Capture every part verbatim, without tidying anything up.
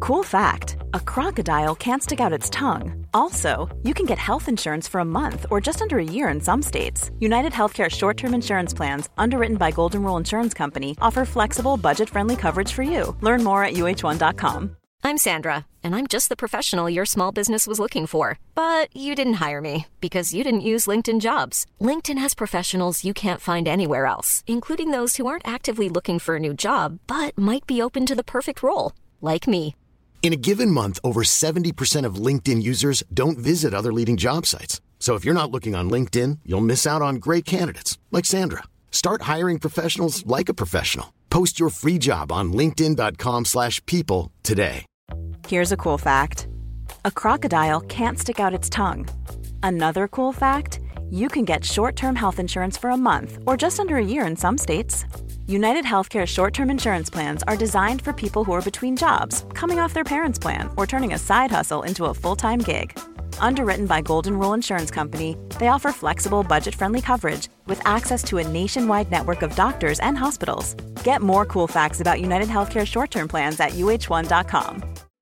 Cool fact, a crocodile can't stick out its tongue. Also, you can get health insurance for a month or just under a year in some states. United Healthcare short-term insurance plans, underwritten by Golden Rule Insurance Company, offer flexible, budget-friendly coverage for you. Learn more at U H one dot com. I'm Sandra, and I'm just the professional your small business was looking for. But you didn't hire me because you didn't use LinkedIn Jobs. LinkedIn has professionals you can't find anywhere else, including those who aren't actively looking for a new job, but might be open to the perfect role, like me. In a given month, over seventy percent of LinkedIn users don't visit other leading job sites. So if you're not looking on LinkedIn, you'll miss out on great candidates like Sandra. Start hiring professionals like a professional. Post your free job on linkedin dot com slash people today. Here's a cool fact. A crocodile can't stick out its tongue. Another cool fact, you can get short-term health insurance for a month or just under a year in some states. United Healthcare short-term insurance plans are designed for people who are between jobs, coming off their parents' plan, or turning a side hustle into a full-time gig. Underwritten by Golden Rule Insurance Company, they offer flexible, budget-friendly coverage with access to a nationwide network of doctors and hospitals. Get more cool facts about United Healthcare short-term plans at U H one dot com.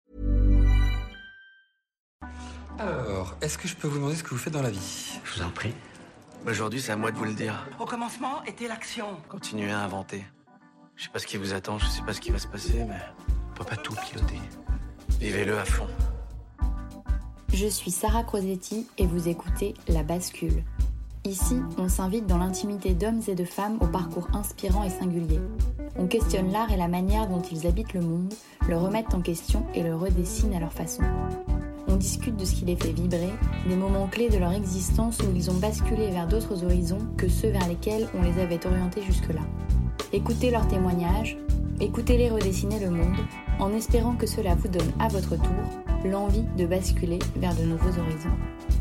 Alors, est-ce que je peux vous demander ce que vous faites dans la vie ? Je vous en prie. Aujourd'hui, c'est à moi de vous le dire. Au commencement était l'action. Continuez à inventer. Je sais pas ce qui vous attend, je sais pas ce qui va se passer, mais on peut pas tout piloter. Vivez-le à fond. Je suis Sarah Crosetti et vous écoutez La Bascule. Ici, on s'invite dans l'intimité d'hommes et de femmes au parcours inspirant et singulier. On questionne l'art et la manière dont ils habitent le monde, le remettent en question et le redessinent à leur façon. On discute de ce qui les fait vibrer, des moments clés de leur existence où ils ont basculé vers d'autres horizons que ceux vers lesquels on les avait orientés jusque-là. Écoutez leurs témoignages, écoutez-les redessiner le monde, en espérant que cela vous donne à votre tour l'envie de basculer vers de nouveaux horizons.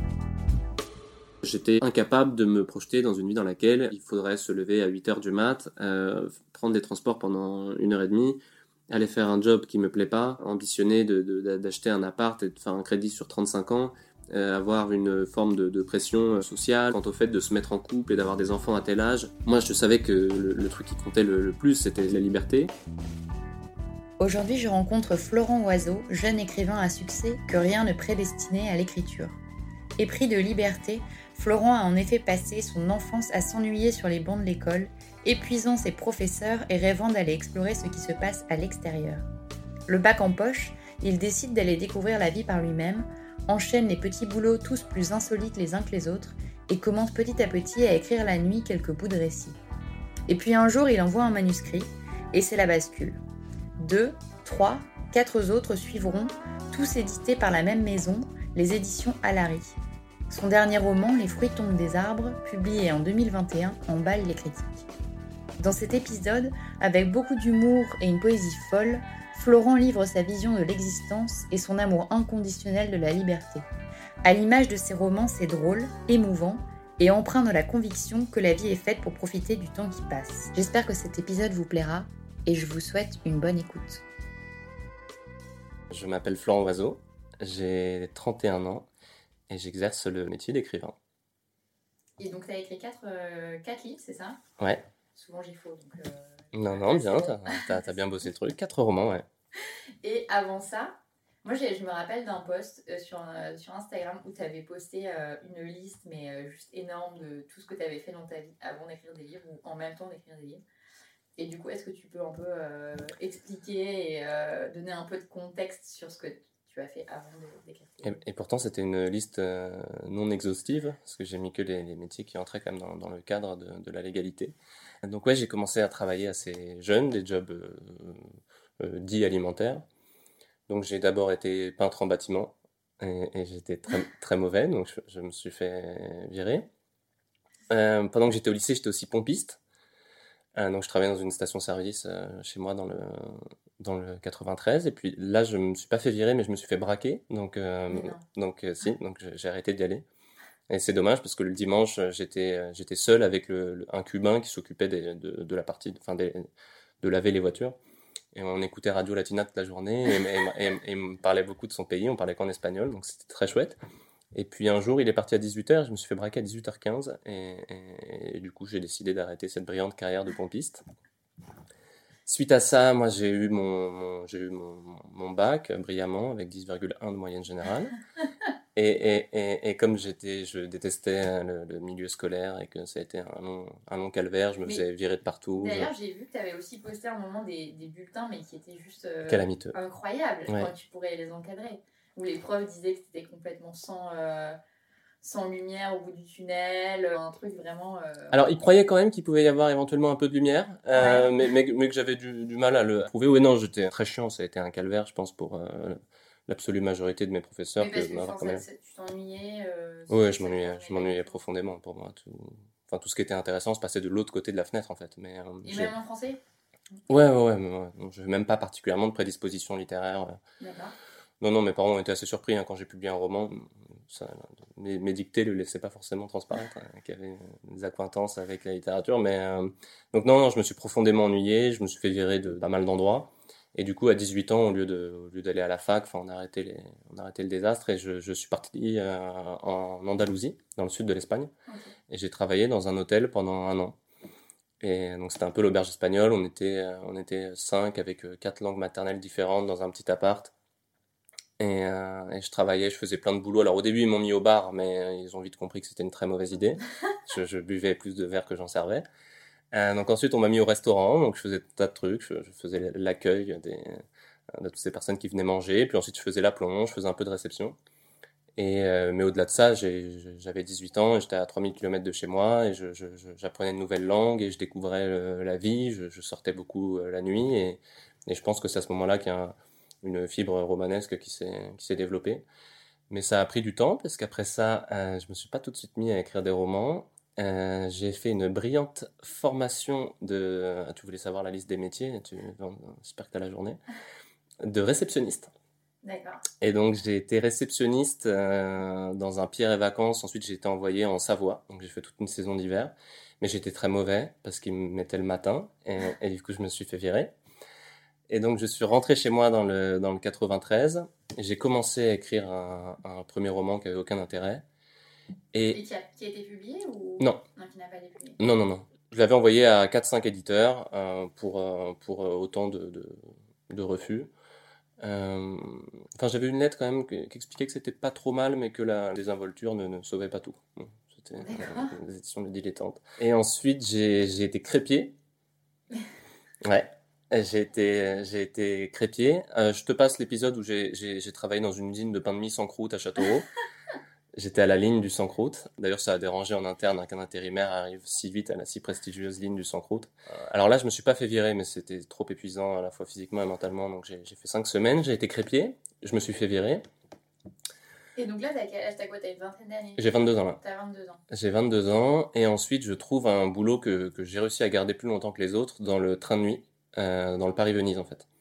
J'étais incapable de me projeter dans une vie dans laquelle il faudrait se lever à huit heures du mat, euh, prendre des transports pendant une heure et demie, aller faire un job qui me plaît pas, ambitionner de, de, d'acheter un appart et de faire un crédit sur trente-cinq ans, euh, avoir une forme de, de pression sociale quant au fait de se mettre en couple et d'avoir des enfants à tel âge. Moi, je savais que le, le truc qui comptait le, le plus, c'était la liberté. Aujourd'hui, je rencontre Florent Oiseau, jeune écrivain à succès que rien ne prédestinait à l'écriture. Épris de liberté, Florent a en effet passé son enfance à s'ennuyer sur les bancs de l'école, épuisant ses professeurs et rêvant d'aller explorer ce qui se passe à l'extérieur. Le bac en poche, il décide d'aller découvrir la vie par lui-même, enchaîne les petits boulots tous plus insolites les uns que les autres et commence petit à petit à écrire la nuit quelques bouts de récits. Et puis un jour, il envoie un manuscrit et c'est la bascule. Deux, trois, quatre autres suivront, tous édités par la même maison, les éditions Alary. Son dernier roman, Les fruits tombent des arbres, publié en deux mille vingt et un, emballe les critiques. Dans cet épisode, avec beaucoup d'humour et une poésie folle, Florent livre sa vision de l'existence et son amour inconditionnel de la liberté. À l'image de ses romans, c'est drôle, émouvant et empreint de la conviction que la vie est faite pour profiter du temps qui passe. J'espère que cet épisode vous plaira et je vous souhaite une bonne écoute. Je m'appelle Florent Oiseau, j'ai trente et un ans et j'exerce le métier d'écrivain. Et donc tu as écrit quatre euh, livres, c'est ça ? Ouais. Souvent j'y faut, donc... Euh, non, non, bien, t'as, t'as, t'as bien bossé le truc. Quatre romans, ouais. Et avant ça, moi j'ai, je me rappelle d'un post euh, sur, euh, sur Instagram où tu avais posté euh, une liste, mais euh, juste énorme, de tout ce que tu avais fait dans ta vie avant d'écrire des livres ou en même temps d'écrire des livres. Et du coup, est-ce que tu peux un peu euh, expliquer et euh, donner un peu de contexte sur ce que tu as fait avant d'écrire tes livres ? Et, et pourtant, c'était une liste euh, non exhaustive, parce que j'ai mis que les, les métiers qui entraient quand même dans, dans le cadre de, de la légalité. Donc ouais, j'ai commencé à travailler assez jeune, des jobs euh, euh, dits alimentaires. Donc j'ai d'abord été peintre en bâtiment, et, et j'étais très, très mauvais, donc je, je me suis fait virer. Euh, pendant que j'étais au lycée, j'étais aussi pompiste. Euh, donc je travaillais dans une station-service euh, chez moi dans le, dans le quatre-vingt-treize. Et puis là, je me suis pas fait virer, mais je me suis fait braquer. Donc, euh, donc euh, si, donc j'ai arrêté d'y aller. Et c'est dommage parce que le dimanche, j'étais, j'étais seul avec le, le, un cubain qui s'occupait des, de, de la partie, enfin des, de laver les voitures. Et on écoutait Radio Latina toute la journée et, et, et, et il me parlait beaucoup de son pays, on parlait qu'en espagnol, donc c'était très chouette. Et puis un jour, il est parti à dix-huit heures, je me suis fait braquer à dix-huit heures quinze et, et, et du coup, j'ai décidé d'arrêter cette brillante carrière de pompiste. Suite à ça, moi, j'ai eu mon, mon- j'ai eu mon, mon bac euh, brillamment avec dix virgule un de moyenne générale. Et, et, et, et comme j'étais, je détestais euh, le, le milieu scolaire et que ça a été un long, un long calvaire, je me Mais faisais virer de partout. d'ailleurs, je- j'ai vu que tu avais aussi posté à un moment des, des bulletins, mais qui étaient juste euh, Calamiteux. incroyables. Ouais. Quand tu pourrais les encadrer. Où les profs disaient que c'était complètement sans, euh, sans lumière au bout du tunnel, un truc vraiment. Euh... Alors, ils croyaient quand même qu'il pouvait y avoir éventuellement un peu de lumière, euh, Ouais. mais, mais, mais que j'avais du, du mal à le prouver. Oui, non, j'étais très chiant, ça a été un calvaire, je pense, pour euh, l'absolue majorité de mes professeurs. Mais parce que que m'avoir enfin, quand même... ça- ça- tu t'ennuyais. Euh, Oui, ça- je ça m'ennuyais, te je m'ennuyais prenait profondément pour moi. Tout... Enfin, tout ce qui était intéressant se passait de l'autre côté de la fenêtre, en fait. Mais, euh, Et j'ai- même en français. Ouais, ouais, ouais, mais ouais. Donc, je n'ai même pas particulièrement de prédisposition littéraire. euh. D'accord. Non, non, mes parents ont été assez surpris hein, quand j'ai publié un roman. Ça, mes, mes dictées ne le laissaient pas forcément transparaître, hein, qu'il y avait des accointances avec la littérature. Mais, euh, donc non, non, je me suis profondément ennuyé, je me suis fait virer de pas mal d'endroits. Et du coup, à dix-huit ans, au lieu de, au lieu d'aller à la fac, enfin, on a arrêté les, on a arrêté le désastre et je, je suis parti euh, en Andalousie, dans le sud de l'Espagne. Ok. Et j'ai travaillé dans un hôtel pendant un an. Et donc c'était un peu l'auberge espagnole, on était, euh, on était cinq avec euh, quatre langues maternelles différentes dans un petit appart. Et, euh, et je travaillais, je faisais plein de boulot. Alors au début ils m'ont mis au bar, mais euh, ils ont vite compris que c'était une très mauvaise idée. Je, je buvais plus de verre que j'en servais. Euh, donc ensuite on m'a mis au restaurant, donc je faisais tout un tas de trucs. Je, je faisais l'accueil des, de toutes ces personnes qui venaient manger. Puis ensuite je faisais la plonge, je faisais un peu de réception. Et, euh, mais au-delà de ça, j'ai- j'avais dix-huit ans, et j'étais à trois mille kilomètres de chez moi, et je, je- je- j'apprenais de nouvelles langues, et je découvrais euh, la vie, je, je sortais beaucoup euh, la nuit, et, et je pense que c'est à ce moment-là qu'il y a un- une fibre romanesque qui s'est, qui s'est développée. Mais ça a pris du temps, parce qu'après ça, euh, je me suis pas tout de suite mis à écrire des romans. Euh, j'ai fait une brillante formation de... ah, tu voulais savoir la liste des métiers, tu... j'espère que tu as la journée. De réceptionniste. D'accord. Et donc j'ai été réceptionniste euh, dans un Pierre et Vacances. Ensuite j'ai été envoyé en Savoie. Donc j'ai fait toute une saison d'hiver. Mais j'étais très mauvais parce qu'ils me mettaient le matin. Et, et du coup je me suis fait virer. Et donc je suis rentré chez moi dans le, dans le quatre-vingt-treize. Et j'ai commencé à écrire un, un premier roman qui avait aucun intérêt. Et Et qui a, qui a été publié ou non, Non, qui n'a pas été publié. non, non, non. Je l'avais envoyé à quatre cinq éditeurs euh, pour, euh, pour euh, autant de, de, de refus. Euh, Enfin, j'avais une lettre quand même qui, qui expliquait que c'était pas trop mal, mais que la désinvolture ne, ne sauvait pas tout. Bon, c'était D'accord. euh, des éditions de dilettante. Et ensuite, j'ai j'ai été crépier. Ouais, j'ai été, j'ai été crépier. Euh, je te passe l'épisode où j'ai j'ai- j'ai travaillé dans une usine de pain de mie sans croûte à Châteauroux. J'étais à la ligne du sans croûte. D'ailleurs, ça a dérangé en interne qu'un intérimaire arrive si vite à la si prestigieuse ligne du sans croûte. Euh, alors là, je me suis pas fait virer, mais c'était trop épuisant à la fois physiquement et mentalement. Donc j'ai j'ai fait cinq semaines, j'ai été crépier, je me suis fait virer. Et donc là, t'as quel âge? T'as quoi? T'as une vingtaine d'années? J'ai vingt-deux ans là. T'as vingt-deux ans. J'ai vingt-deux ans et ensuite je trouve un boulot que, que j'ai réussi à garder plus longtemps que les autres dans le train de nuit, euh, dans le Paris-Venise en fait.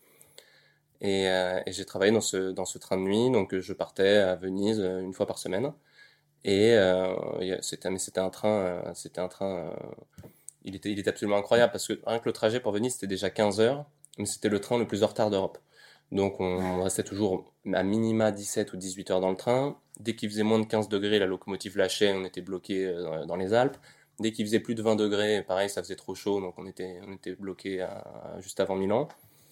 Et, euh, et j'ai travaillé dans ce, dans ce train de nuit, donc je partais à Venise euh, une fois par semaine. Et euh, y a- c'était, mais c'était un train, euh, c'était un train, euh, il était, il était absolument incroyable parce que rien que le trajet pour Venise c'était déjà quinze heures, mais c'était le train le plus en retard d'Europe. Donc on, on restait toujours à minima dix-sept ou dix-huit heures dans le train. Dès qu'il faisait moins de quinze degrés, la locomotive lâchait, on était bloqué euh, dans les Alpes. Dès qu'il faisait plus de vingt degrés, pareil, ça faisait trop chaud, donc on était, on était bloqué à- à- juste avant Milan.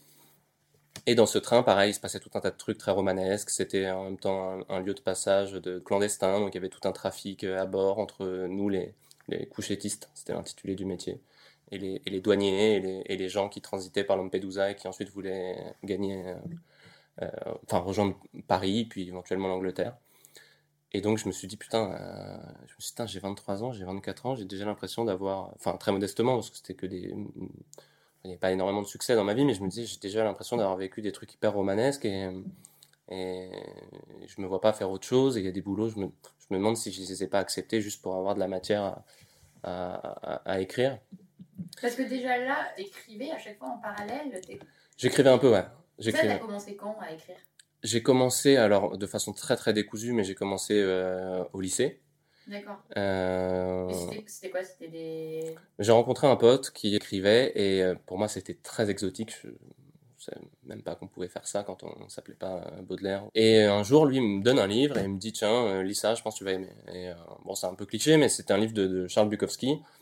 Et dans ce train, pareil, il se passait tout un tas de trucs très romanesques. C'était en même temps un, un lieu de passage de clandestins, donc il y avait tout un trafic euh, à bord entre nous, les, les couchettistes, c'était l'intitulé du métier, et les, et les douaniers, et les, et les gens qui transitaient par Lampedusa et qui ensuite voulaient gagner, euh, euh, enfin rejoindre Paris, puis éventuellement l'Angleterre. Et donc je me suis dit, putain, euh, je me suis dit, putain, j'ai vingt-trois ans, j'ai vingt-quatre ans, j'ai déjà l'impression d'avoir, enfin très modestement, parce que c'était que des... Il n'y avait pas énormément de succès dans ma vie, mais je me disais, j'ai déjà l'impression d'avoir vécu des trucs hyper romanesques et, et je me vois pas faire autre chose. Et il y a des boulots, je me, je me demande si je les ai pas acceptés juste pour avoir de la matière à, à, à, à écrire. Parce que déjà là, t'écrivais à chaque fois en parallèle. t'es- J'écrivais un peu, ouais. Ça, t'as J'écrivais. commencé quand à écrire? J'ai commencé, alors de façon très très décousue, mais j'ai commencé euh, au lycée. D'accord. Euh, Et c'était, c'était quoi? C'était des... J'ai rencontré un pote qui écrivait et euh, pour moi c'était très exotique. Je, je savais même pas qu'on pouvait faire ça quand on, on s'appelait pas euh, Baudelaire. Et un jour, lui il me donne un livre et il me dit tiens, euh, lis ça, je pense que tu vas aimer. Et euh, bon, c'est un peu cliché, mais c'était un livre de, de Charles Bukowski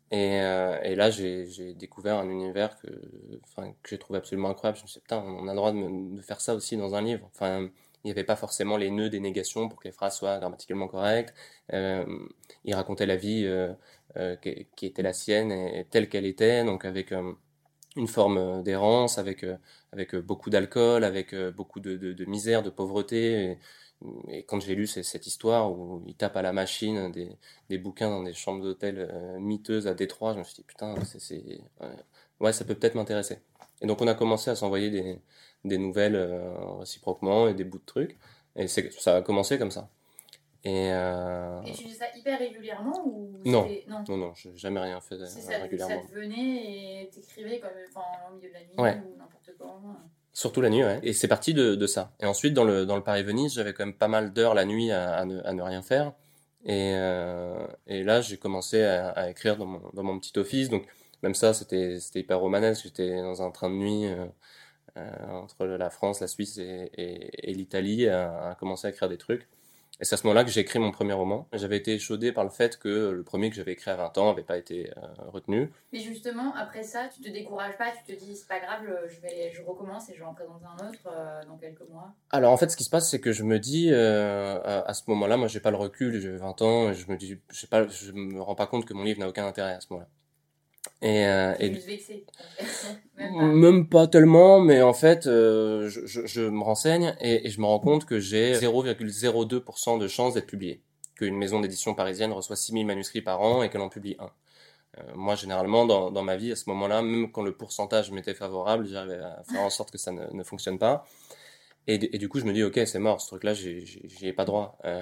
Et, euh, et là, j'ai, j'ai découvert un univers que, enfin, que j'ai trouvé absolument incroyable. Je me suis dit, putain, on a le droit de, me, de faire ça aussi dans un livre. Enfin, il n'y avait pas forcément les nœuds des négations pour que les phrases soient grammaticalement correctes. Euh, il racontait la vie euh, euh, qui, qui était la sienne et, et telle qu'elle était, donc avec euh, une forme d'errance, avec, euh, avec beaucoup d'alcool, avec euh, beaucoup de, de, de misère, de pauvreté. Et, et quand j'ai lu cette histoire où il tape à la machine des, des bouquins dans des chambres d'hôtel euh, miteuses à Détroit, je me suis dit putain, c'est, c'est... Ouais, ouais, ça peut peut-être m'intéresser. Et donc on a commencé à s'envoyer des, des nouvelles euh, réciproquement et des bouts de trucs. Et c'est, ça a commencé comme ça. Et, euh... et tu faisais ça hyper régulièrement ou non. non, non, non, j'ai jamais rien fait c'est ça, régulièrement. Ça te venait et t'écrivais comme, enfin, au milieu de la nuit ouais. ou n'importe quand. Surtout la nuit, ouais. Et c'est parti de, de ça. Et ensuite, dans le, dans le Paris-Venise, j'avais quand même pas mal d'heures la nuit à, à, ne, à ne rien faire. Et, euh, et là, j'ai commencé à, à écrire dans mon, dans mon petit office. Donc, même ça, c'était, c'était hyper romanesque. J'étais dans un train de nuit euh, euh, entre la France, la Suisse et, et, et l'Italie à, à commencer à écrire des trucs. Et c'est à ce moment-là que j'ai écrit mon premier roman. J'avais été échaudé par le fait que le premier que j'avais écrit à vingt ans n'avait pas été euh, retenu. Mais justement, après ça, tu te décourages pas, tu te dis c'est pas grave, je, vais, je recommence et je vais en présenter un autre euh, dans quelques mois. Alors en fait, ce qui se passe, c'est que je me dis, euh, à, à ce moment-là, moi j'ai pas le recul, j'ai vingt ans, et je me dis, je sais pas, je me rends pas compte que mon livre n'a aucun intérêt à ce moment-là. Et, euh, et juste vexé. Même, pas. Même pas tellement, mais en fait, euh, je, je, je me renseigne et, et je me rends compte que j'ai zéro virgule zéro deux pour cent de chance d'être publié. Qu'une maison d'édition parisienne reçoit six mille manuscrits par an et qu'elle en publie un. Euh, moi, généralement, dans, dans ma vie, à ce moment-là, même quand le pourcentage m'était favorable, j'arrivais à faire en sorte que ça ne, ne fonctionne pas. Et, et du coup, je me dis, ok, c'est mort, ce truc-là, j'y, j'y ai pas droit. Euh,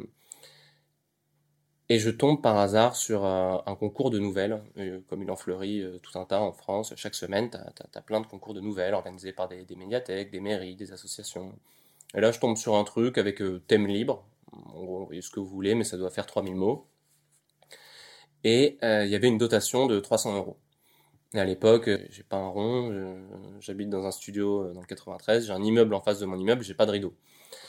Et je tombe par hasard sur euh, un concours de nouvelles, euh, comme il en fleurit euh, tout un tas en France. Chaque semaine, t'as, t'as, t'as plein de concours de nouvelles organisés par des, des médiathèques, des mairies, des associations. Et là, je tombe sur un truc avec euh, thème libre. En gros, vous voyez ce que vous voulez, mais ça doit faire trois mille mots. Et euh, il y avait une dotation de trois cents euros. Et à l'époque, euh, j'ai pas un rond, je, j'habite dans un studio euh, dans le quatre-vingt-treize, j'ai un immeuble en face de mon immeuble, j'ai pas de rideau.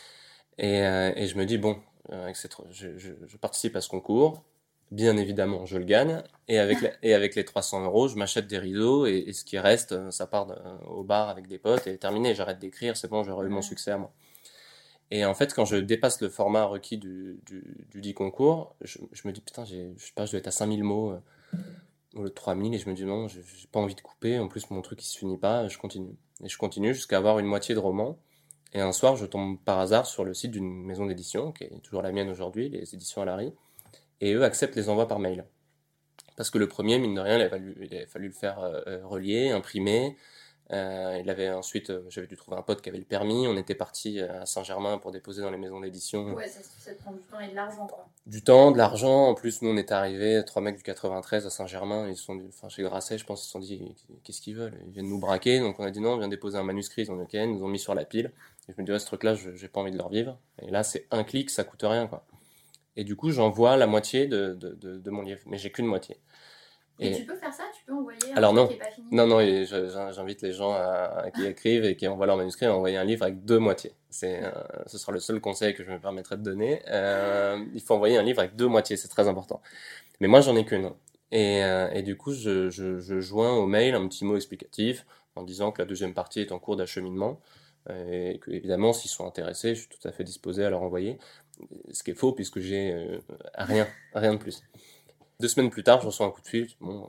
Et, euh, et je me dis, bon, avec cette, je, je, je participe à ce concours, bien évidemment, je le gagne, et avec, la, et avec les trois cents euros, je m'achète des rideaux, et, et ce qui reste, ça part de, au bar avec des potes, et terminé, j'arrête d'écrire, c'est bon, j'aurai eu mon succès à moi. Et en fait, quand je dépasse le format requis du, du, du dit concours, je, je me dis, putain, j'ai, je sais pas, je dois être à cinq mille mots, ou le trois mille, et je me dis, non, j'ai, j'ai pas envie de couper, en plus, mon truc, il se finit pas, je continue. Et je continue jusqu'à avoir une moitié de roman. Et un soir, je tombe par hasard sur le site d'une maison d'édition, qui est toujours la mienne aujourd'hui, les éditions Alary, et eux acceptent les envois par mail. Parce que le premier, mine de rien, il a fallu, il a fallu le faire euh, relier, imprimer. Euh, il avait ensuite, euh, j'avais dû trouver un pote qui avait le permis. On était parti à Saint-Germain pour déposer dans les maisons d'édition. Ouais, ça, ça te prend du temps et de l'argent, quoi. Du temps, de l'argent. En plus, nous, on était arrivés, trois mecs du quatre-vingt-treize à Saint-Germain. Ils se sont dit, enfin, chez Grasset, je pense, ils se sont dit, qu'est-ce qu'ils veulent? Ils viennent nous braquer. Donc, on a dit non, on vient déposer un manuscrit. Ils ont dit, ok, ils nous ont mis sur la pile. Et je me dis, ouais, ce truc-là, je, j'ai pas envie de leur vivre. Et là, c'est un clic, ça coûte rien, quoi. Et du coup, j'envoie la moitié de, de, de, de mon livre. Mais j'ai qu'une moitié. Et, et tu peux faire ça? Tu peux envoyer un Alors livre non. qui est pas fini? Non, non, et je, j'invite les gens à, à, qui écrivent et qui envoient leur manuscrit à envoyer un livre avec deux moitiés. C'est, euh, ce sera le seul conseil que je me permettrai de donner. Euh, il faut envoyer un livre avec deux moitiés, c'est très important. Mais moi, j'en ai qu'une. Et, euh, et du coup, je, je, je joins au mail un petit mot explicatif en disant que la deuxième partie est en cours d'acheminement et que, évidemment, s'ils sont intéressés, je suis tout à fait disposé à leur envoyer. Ce qui est faux puisque j'ai euh, rien, rien de plus. Deux semaines plus tard, je reçois un coup de fil. Bon,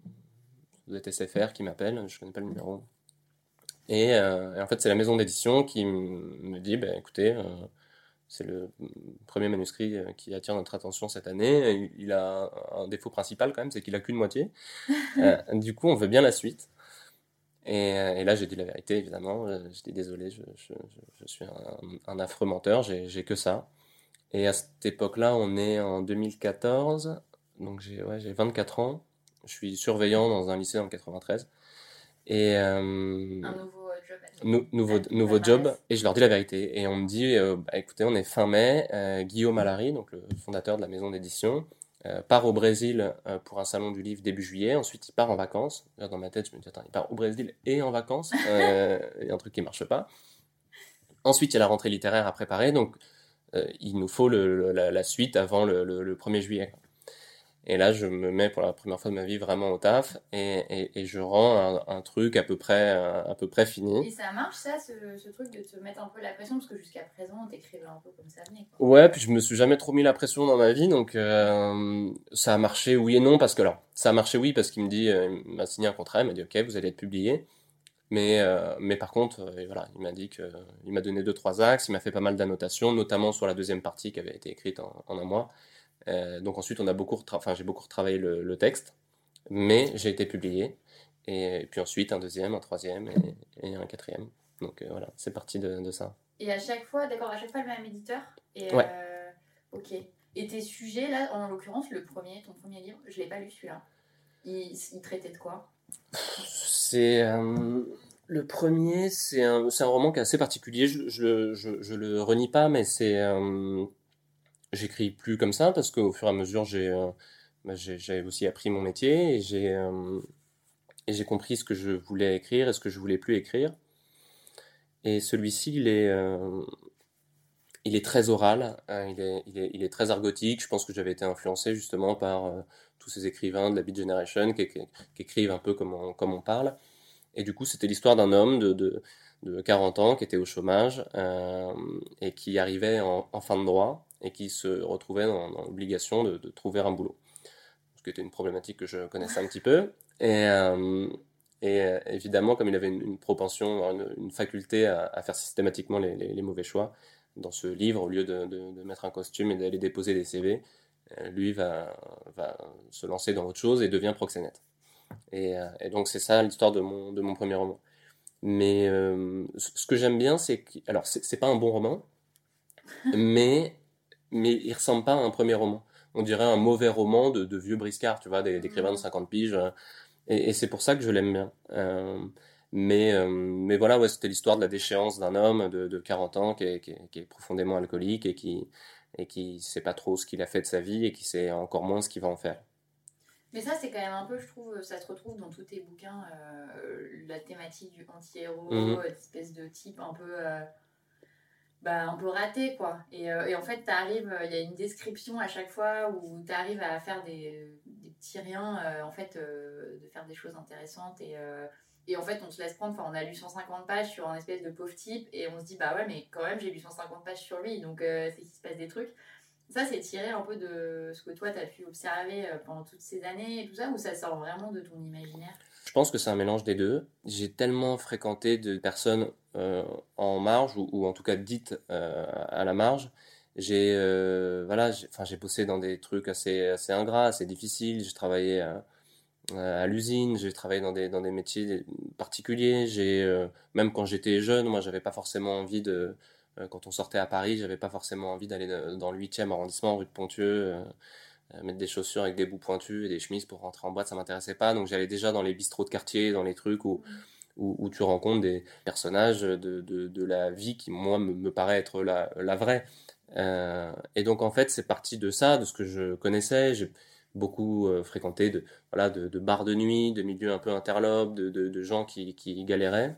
vous êtes S F R qui m'appelle, je connais pas le numéro. Et, euh, et en fait, c'est la maison d'édition qui m- me dit, bah, écoutez, euh, c'est le premier manuscrit qui attire notre attention cette année. Il, il a un défaut principal quand même, c'est qu'il a qu'une moitié. euh, du coup, on veut bien la suite. Et, et là, j'ai dit la vérité, évidemment. J'ai dit désolé, je, je, je suis un, un affreux menteur, j'ai, j'ai que ça. Et à cette époque-là, on est en deux mille quatorze, donc j'ai, ouais, j'ai vingt-quatre ans. Je suis surveillant dans un lycée dans le quatre-vingt-treize. Et, euh, un nouveau job. Nou, nouveau nouveau job. Et je leur dis la vérité. Et on me dit, euh, bah, écoutez, on est fin mai. Euh, Guillaume Alary, donc le fondateur de la maison d'édition, euh, part au Brésil euh, pour un salon du livre début juillet. Ensuite, il part en vacances. Dans ma tête, je me dis, attends, il part au Brésil et en vacances. Euh, il y a un truc qui marche pas. Ensuite, il y a la rentrée littéraire à préparer. Donc, euh, il nous faut le, le, la, la suite avant le, le, le premier juillet. Et là, je me mets pour la première fois de ma vie vraiment au taf et, et, et je rends un, un truc à peu près, à peu près fini. Et ça marche, ça, ce, ce truc de te mettre un peu la pression, parce que jusqu'à présent, t'écrivais un peu comme ça venait, quoi. Ouais, puis je me suis jamais trop mis la pression dans ma vie, donc euh, ça a marché oui et non, parce que là, ça a marché oui, parce qu'il me dit, euh, il m'a signé un contrat, il m'a dit ok, vous allez être publié. Mais, euh, mais par contre, euh, voilà, il m'a dit que, il m'a donné deux, trois axes, il m'a fait pas mal d'annotations, notamment sur la deuxième partie qui avait été écrite en, en un mois. Euh, donc ensuite, on a beaucoup, retra- enfin, j'ai beaucoup retravaillé le, le texte, mais j'ai été publié. Et, et puis ensuite, un deuxième, un troisième et, et un quatrième. Donc euh, voilà, c'est parti de, de ça. Et à chaque fois, d'accord, à chaque fois le même éditeur. Et, Ouais. Euh, ok. Et tes sujets, là, en l'occurrence, le premier, ton premier livre, je l'ai pas lu celui-là. Il, il traitait de quoi? C'est euh, le premier, c'est un, c'est un roman qui est assez particulier. Je, je, je, je le renie pas, mais c'est euh, j'écris plus comme ça parce qu'au fur et à mesure, j'ai, euh, bah, j'ai, j'ai aussi appris mon métier et j'ai, euh, et j'ai compris ce que je voulais écrire et ce que je voulais plus écrire. Et celui-ci, il est, euh, il est très oral, hein, il est, il est, il est très argotique. Je pense que j'avais été influencé justement par euh, tous ces écrivains de la Beat Generation qui, qui, qui écrivent un peu comme on, comme on parle. Et du coup, c'était l'histoire d'un homme de, de, de quarante ans qui était au chômage euh, et qui arrivait en, en fin de droit et qui se retrouvait dans, dans l'obligation de, de trouver un boulot. Ce qui était une problématique que je connaissais un petit peu. Et, euh, et euh, évidemment, comme il avait une, une propension, une, une faculté à, à faire systématiquement les, les, les mauvais choix, dans ce livre, au lieu de, de, de mettre un costume et d'aller déposer des C V, euh, lui va, va se lancer dans autre chose et devient proxénète. Et, euh, et donc c'est ça l'histoire de mon, de mon premier roman. Mais euh, ce que j'aime bien, c'est que... Alors, c'est, c'est pas un bon roman, mais, mais il ressemble pas à un premier roman. On dirait un mauvais roman de, de vieux briscards, tu vois, des, d'écrivains de cinquante piges. euh, Et, et c'est pour ça que je l'aime bien. Euh, mais, euh, mais voilà, ouais, c'était l'histoire de la déchéance d'un homme de, de quarante ans qui est, qui, est, qui est profondément alcoolique et qui et qui sait pas trop ce qu'il a fait de sa vie et qui sait encore moins ce qu'il va en faire. Mais ça, c'est quand même un peu, je trouve, ça se retrouve dans tous tes bouquins, euh, la thématique du anti-héros, Mhm. espèce de type un peu, euh, bah, un peu raté, quoi. Et, euh, et en fait, t'arrives, il y a une description à chaque fois où t'arrives à faire des, des petits riens, euh, en fait, euh, de faire des choses intéressantes. Et, euh, et en fait, on se laisse prendre, enfin, on a lu cent cinquante pages sur un espèce de pauvre type et on se dit, bah ouais, mais quand même, j'ai lu cent cinquante pages sur lui, donc euh, c'est qu'il se passe des trucs. Ça, c'est tiré un peu de ce que toi, tu as pu observer pendant toutes ces années et tout ça, ou ça sort vraiment de ton imaginaire? Je pense que c'est un mélange des deux. J'ai tellement fréquenté de personnes euh, en marge, ou, ou en tout cas dites euh, à la marge. J'ai euh, voilà, j'ai, enfin, j'ai bossé dans des trucs assez, assez ingrats, assez difficiles. J'ai travaillé à, à l'usine, j'ai travaillé dans des, dans des métiers particuliers. J'ai, euh, même quand j'étais jeune, moi, j'avais pas forcément envie de... euh, Quand on sortait à Paris, j'avais pas forcément envie d'aller dans le huitième arrondissement, rue de Ponthieu, euh, euh, mettre des chaussures avec des bouts pointus et des chemises pour rentrer en boîte, ça m'intéressait pas. Donc j'allais déjà dans les bistrots de quartier, dans les trucs où, où, où tu rencontres des personnages de, de, de la vie qui, moi, me, me paraît être la, la vraie. Euh, et donc, en fait, c'est parti de ça, de ce que je connaissais. J'ai beaucoup euh, fréquenté de, voilà, de, de bars de nuit, de milieux un peu interlopes, de, de, de gens qui, qui galéraient.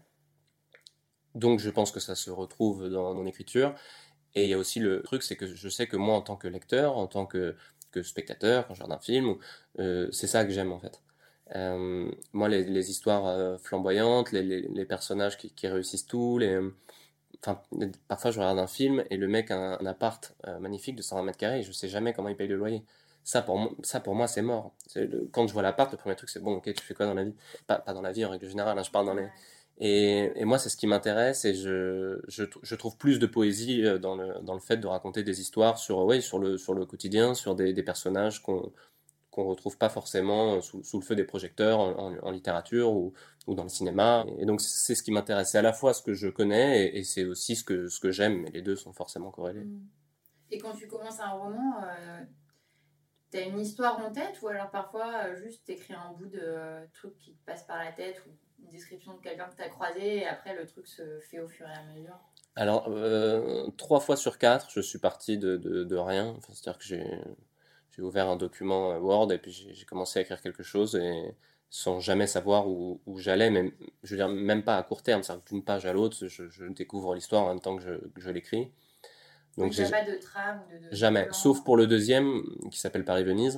Donc, je pense que ça se retrouve dans mon écriture. Et il y a aussi le truc, c'est que je sais que moi, en tant que lecteur, en tant que, que spectateur, quand je regarde un film, euh, c'est ça que j'aime, en fait. Euh, moi, les, les histoires euh, flamboyantes, les, les, les personnages qui, qui réussissent tout, les... Enfin, parfois je regarde un film et le mec a un, un appart euh, magnifique de cent vingt mètres carrés et je sais jamais comment il paye le loyer. Ça pour, moi, ça, pour moi, c'est mort. C'est le, quand je vois l'appart, le premier truc, c'est bon, ok, tu fais quoi dans la vie? Pas, pas dans la vie en règle générale, hein, je parle dans les... Et, et moi, c'est ce qui m'intéresse et je, je, je trouve plus de poésie dans le, dans le fait de raconter des histoires sur, ouais, sur, le, sur le quotidien, sur des, des personnages qu'on qu'on retrouve pas forcément sous, sous le feu des projecteurs en, en, en littérature ou, ou dans le cinéma. Et donc c'est ce qui m'intéresse, c'est à la fois ce que je connais et, et c'est aussi ce que, ce que j'aime, mais les deux sont forcément corrélés. Et quand tu commences un roman, euh, t'as une histoire en tête ou alors parfois euh, juste t'écris un bout de euh, truc qui te passe par la tête ou une description de quelqu'un que t'as croisé et après le truc se fait au fur et à mesure? Alors, euh, trois fois sur quatre, je suis parti de, de, de rien. Enfin, c'est-à-dire que j'ai... J'ai ouvert un document Word et puis j'ai, j'ai commencé à écrire quelque chose et sans jamais savoir où, où j'allais, même, je veux dire, même pas à court terme, c'est-à-dire d'une page à l'autre, je, je découvre l'histoire en même temps que je, que je l'écris. Donc il n'y a pas de trame de, de jamais, plan. Sauf pour le deuxième qui s'appelle Paris-Venise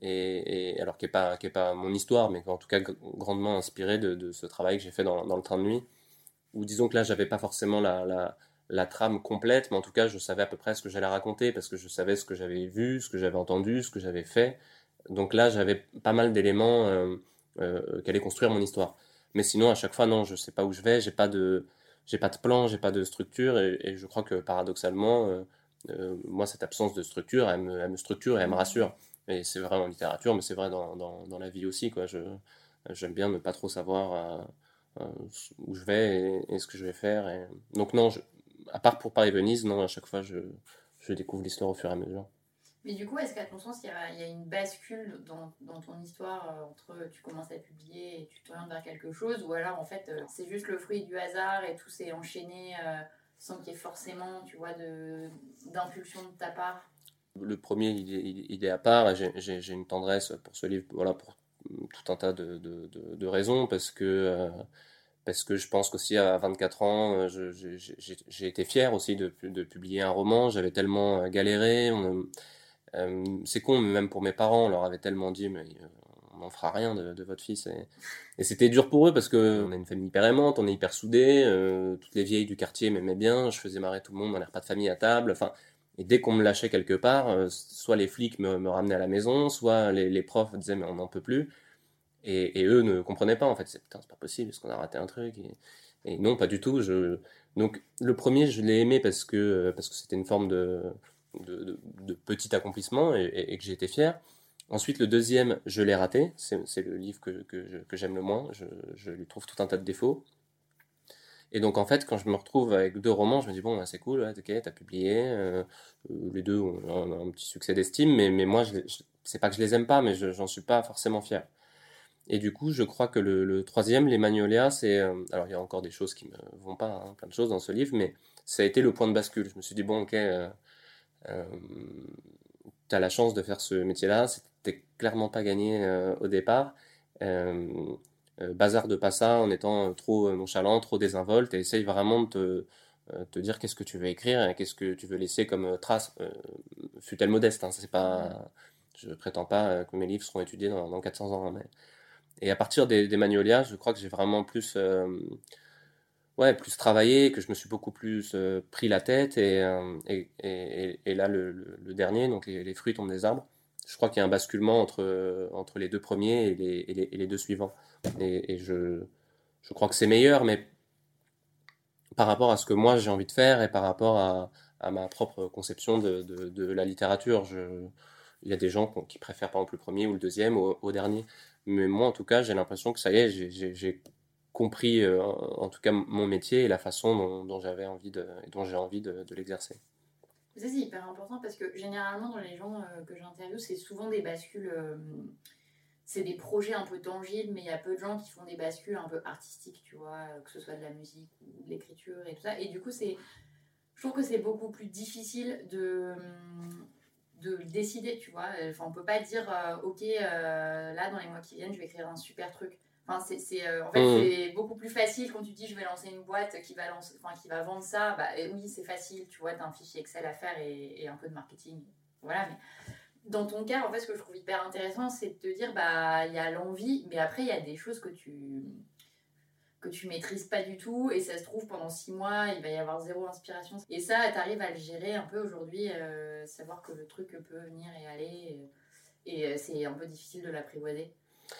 et, et alors qui n'est pas, qui est pas mon histoire, mais en tout cas g- grandement inspiré de, de ce travail que j'ai fait dans, dans le train de nuit, où disons que là, j'avais pas forcément la, la, la trame complète, mais en tout cas, je savais à peu près ce que j'allais raconter, parce que je savais ce que j'avais vu, ce que j'avais entendu, ce que j'avais fait. Donc là, j'avais pas mal d'éléments euh, euh, qui allaient construire mon histoire. Mais sinon, à chaque fois, non, je sais pas où je vais, j'ai pas de, j'ai pas de plan, j'ai pas de structure, et, et je crois que paradoxalement, euh, euh, moi, cette absence de structure, elle me, elle me structure et elle me rassure. Et c'est vrai en littérature, mais c'est vrai dans, dans, dans la vie aussi, quoi. Je, j'aime bien ne pas trop savoir euh, euh, où je vais et, et ce que je vais faire. Et... Donc non, je, à part pour Paris-Venise, non, à chaque fois, je, je découvre l'histoire au fur et à mesure. Mais du coup, est-ce qu'à ton sens, il y a, il y a une bascule dans, dans ton histoire euh, entre tu commences à publier et tu t'orientes vers quelque chose, ou alors en fait euh, c'est juste le fruit du hasard et tout s'est enchaîné euh, sans qu'il y ait forcément, tu vois, de, d'impulsion de ta part? Le premier, il est, il, il est à part, et j'ai, j'ai, j'ai une tendresse pour ce livre, voilà, pour tout un tas de, de, de, de raisons, parce que, euh, parce que je pense qu'aussi à vingt-quatre ans, euh, je, j'ai, j'ai, j'ai été fier aussi de, de publier un roman, j'avais tellement euh, galéré, on, euh, c'est con, mais même pour mes parents, on leur avait tellement dit, mais euh, on n'en fera rien de, de votre fils. Et, et c'était dur pour eux parce qu'on a une famille hyper aimante, on est hyper soudés, euh, toutes les vieilles du quartier m'aimaient bien, je faisais marrer tout le monde, on n'a pas de famille à table. Enfin, et dès qu'on me lâchait quelque part, euh, soit les flics me, me ramenaient à la maison, soit les, les profs disaient mais on n'en peut plus. Et, et eux ne comprenaient pas en fait, c'est putain, c'est pas possible, est-ce qu'on a raté un truc et, et non, pas du tout. Je... Donc le premier, je l'ai aimé parce que, parce que c'était une forme de, de, de, de petit accomplissement et, et, et que j'étais fier. Ensuite, le deuxième, je l'ai raté. C'est, c'est le livre que, que, je, que j'aime le moins. Je, je lui trouve tout un tas de défauts. Et donc, en fait, quand je me retrouve avec deux romans, je me dis, bon, bah, c'est cool, ouais, ok, t'as publié. Euh, les deux ont, ont un petit succès d'estime, mais, mais moi, je, je, c'est pas que je les aime pas, mais je, j'en suis pas forcément fier. Et du coup, je crois que le, le troisième, Les Magnolias, c'est... Euh, alors, il y a encore des choses qui me vont pas, hein, plein de choses dans ce livre, mais ça a été le point de bascule. Je me suis dit, bon, ok, euh, euh, t'as la chance de faire ce métier-là, c'était clairement pas gagné euh, au départ. Euh, euh, bazar de pas ça en étant trop nonchalant, trop désinvolte, et essaye vraiment de te, euh, te dire qu'est-ce que tu veux écrire et qu'est-ce que tu veux laisser comme trace, euh, fut-elle modeste, hein, c'est pas... Je prétends pas que mes livres seront étudiés dans, dans quatre cents ans, hein, mais... Et à partir des, des Magnolias, je crois que j'ai vraiment plus, euh, ouais, plus travaillé, que je me suis beaucoup plus euh, pris la tête. Et, euh, et, et, et là, le, le, le dernier, donc les, les fruits tombent des arbres, je crois qu'il y a un basculement entre, euh, entre les deux premiers et les, et les, et les deux suivants. Et, et je, je crois que c'est meilleur, mais par rapport à ce que moi j'ai envie de faire et par rapport à, à ma propre conception de, de, de la littérature. Je, il y a des gens qui préfèrent par exemple le premier ou le deuxième au, au dernier. Mais moi, en tout cas, j'ai l'impression que ça y est, j'ai, j'ai, j'ai compris, euh, en tout cas, mon métier et la façon dont, dont j'avais envie de, dont j'ai envie de, de l'exercer. Ça, c'est hyper important parce que généralement, dans les gens euh, que j'interviewe, c'est souvent des bascules, euh, c'est des projets un peu tangibles, mais il y a peu de gens qui font des bascules un peu artistiques, tu vois, que ce soit de la musique ou de l'écriture et tout ça. Et du coup, c'est, je trouve que c'est beaucoup plus difficile de... de le décider, tu vois. Enfin, on peut pas dire euh, ok, euh, là dans les mois qui viennent je vais écrire un super truc. Enfin, c'est, c'est euh, en fait mmh. c'est beaucoup plus facile quand tu dis je vais lancer une boîte qui va lancer, enfin qui va vendre ça. Bah et oui, c'est facile, tu vois, t'as un fichier Excel à faire et, et un peu de marketing, voilà. Mais dans ton cas, en fait, ce que je trouve hyper intéressant, c'est de te dire bah il y a l'envie, mais après il y a des choses que tu que tu maîtrises pas du tout et ça se trouve pendant six mois il va y avoir zéro inspiration et ça t'arrives à le gérer un peu aujourd'hui, euh, savoir que le truc peut venir et aller et, et c'est un peu difficile de l'apprivoiser.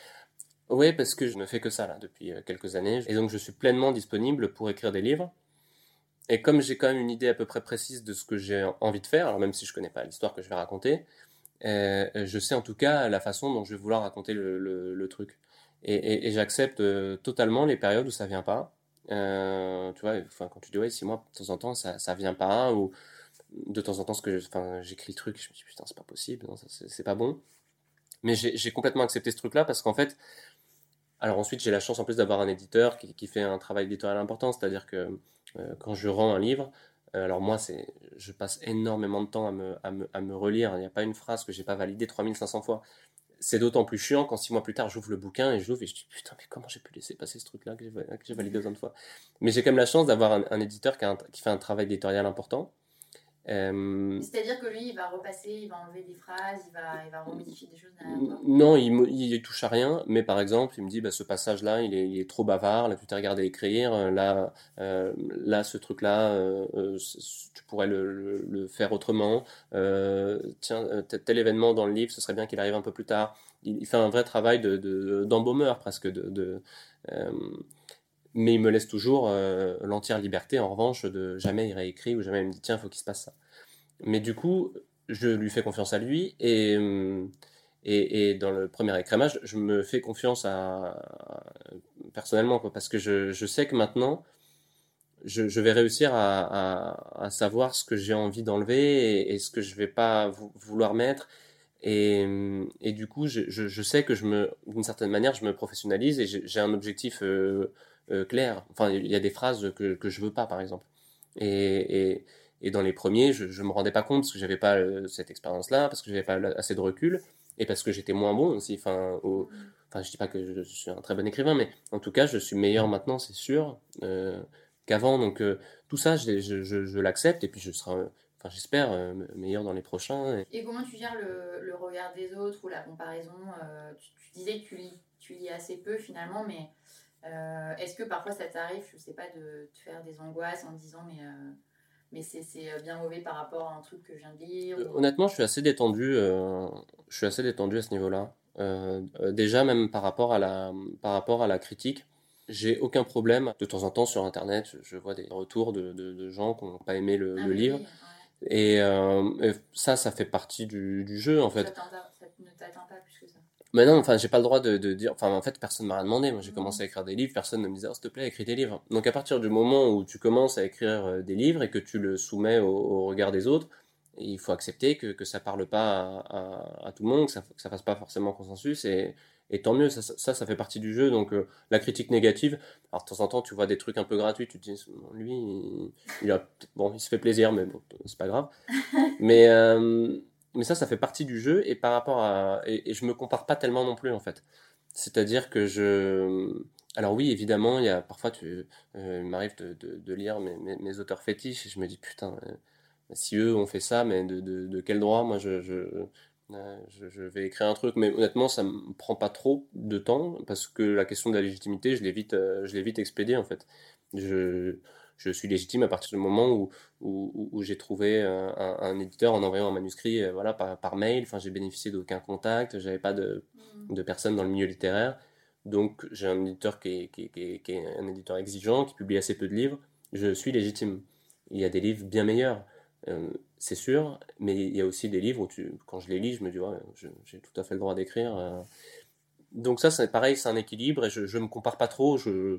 Oui, parce que je ne fais que ça là depuis quelques années et donc je suis pleinement disponible pour écrire des livres et comme j'ai quand même une idée à peu près précise de ce que j'ai envie de faire, alors même si je connais pas l'histoire que je vais raconter, euh, je sais en tout cas la façon dont je vais vouloir raconter le, le, le truc. Et, et, et j'accepte euh, totalement les périodes où ça vient pas. Euh, tu vois, enfin, quand tu dis ouais, six mois, de temps en temps, ça, ça vient pas. Ou de temps en temps, ce que je, enfin, j'écris le truc, je me dis putain, c'est pas possible, non, ça, c'est, c'est pas bon. Mais j'ai, j'ai complètement accepté ce truc-là parce qu'en fait, alors ensuite, j'ai la chance en plus d'avoir un éditeur qui, qui fait un travail éditorial important. C'est-à-dire que euh, quand je rends un livre, euh, alors moi, c'est, je passe énormément de temps à me, à me, à me relire. Il n'y a pas une phrase que j'ai pas validée trois mille cinq cents fois. C'est d'autant plus chiant quand six mois plus tard j'ouvre le bouquin et je l'ouvre et je dis putain mais comment j'ai pu laisser passer ce truc là que j'ai, que j'ai validé autant de fois. Mais j'ai quand même la chance d'avoir un, un éditeur qui, a un, qui fait un travail éditorial important Euh, C'est-à-dire que lui, il va repasser, il va enlever des phrases, il va, il va remodifier des choses derrière toi. Non, il, me, il touche à rien, mais par exemple, il me dit, bah, ce passage-là, il est, il est trop bavard, là, tu t'es regardé écrire, là, euh, là ce truc-là, euh, euh, tu pourrais le, le, le faire autrement. Euh, tiens, tel événement dans le livre, ce serait bien qu'il arrive un peu plus tard. Il, il fait un vrai travail de, de, d'embaumeur, presque. De, de, euh, mais il me laisse toujours euh, l'entière liberté, en revanche, de jamais il réécrit ou jamais il me dit, tiens, il faut qu'il se passe ça. Mais du coup, je lui fais confiance à lui et, et, et dans le premier écrémage, je me fais confiance à, à personnellement, quoi, parce que je, je sais que maintenant, je, je vais réussir à, à, à savoir ce que j'ai envie d'enlever et, et ce que je vais pas vou- vouloir mettre. Et, et du coup, je, je, je sais que je me, d'une certaine manière, je me professionnalise et j'ai, j'ai un objectif euh, euh, clair. Enfin, il y a des phrases que, que je veux pas, par exemple. Et, et, et dans les premiers, je, je me rendais pas compte parce que j'avais pas euh, cette expérience-là, parce que j'avais pas assez de recul et parce que j'étais moins bon aussi. Enfin, au, enfin, je dis pas que je, je suis un très bon écrivain, mais en tout cas, je suis meilleur maintenant, c'est sûr, euh, qu'avant. Donc euh, tout ça, je, je, je, je l'accepte et puis je serai, euh, enfin, j'espère, euh, meilleur dans les prochains. Et... Et comment tu gères le, le regard des autres ou la comparaison euh, tu, tu disais que tu lis, tu lis assez peu finalement, mais euh, est-ce que parfois ça t'arrive, je sais pas, de te faire des angoisses en te disant mais, euh, mais c'est, c'est bien mauvais par rapport à un truc que je viens de lire Euh, ou... Honnêtement, je suis assez détendu. Euh, je suis assez détendu à ce niveau-là. Euh, euh, déjà, même par rapport à la, par rapport à la critique, j'ai aucun problème. De temps en temps, sur Internet, je, je vois des retours de, de, de gens qui n'ont pas aimé le, Ah, le oui, livre. oui, ouais. Et, euh, et ça, ça fait partie du, du jeu, en Ça, fait. t'atteint- ça ne t'atteint pas plus que ça. Mais non, enfin, j'ai pas le droit de, de dire. Enfin, en fait, personne m'a rien demandé. Moi, j'ai Mhm. commencé à écrire des livres. Personne ne me disait, oh, s'il te plaît, écris des livres. Donc, à partir du moment où tu commences à écrire euh, des livres et que tu le soumets au, au regard des autres, il faut accepter que, que ça parle pas à, à, à tout le monde, que ça, que ça fasse pas forcément consensus. Et, et tant mieux, ça, ça, ça fait partie du jeu. Donc, euh, la critique négative, alors de temps en temps, tu vois des trucs un peu gratuits. Tu te dis, lui, il, il a, bon, il se fait plaisir, mais bon, c'est pas grave. Mais. Euh, mais ça, ça fait partie du jeu et par rapport à et, et je me compare pas tellement non plus en fait. C'est-à-dire que je alors oui, évidemment, il y a parfois tu euh, il m'arrive de, de, de lire mes, mes, mes auteurs fétiches et je me dis putain euh, si eux ont fait ça, mais de, de, de quel droit moi je je, euh, je je vais écrire un truc. Mais honnêtement, ça me prend pas trop de temps parce que la question de la légitimité, je l'ai vite euh, je l'ai vite expédiée en fait. Je je suis légitime à partir du moment où où, où j'ai trouvé euh, un, un éditeur en envoyant un manuscrit euh, voilà, par, par mail. Enfin, j'ai bénéficié d'aucun contact, j'avais pas de, de personnes dans le milieu littéraire. Donc, j'ai un éditeur qui est, qui, est, qui, est, qui est un éditeur exigeant, qui publie assez peu de livres. Je suis légitime. Il y a des livres bien meilleurs, euh, c'est sûr, mais il y a aussi des livres où, tu, quand je les lis, je me dis, ouais, je, j'ai tout à fait le droit d'écrire. Euh. Donc, ça, c'est pareil, c'est un équilibre et je, je me compare pas trop. Je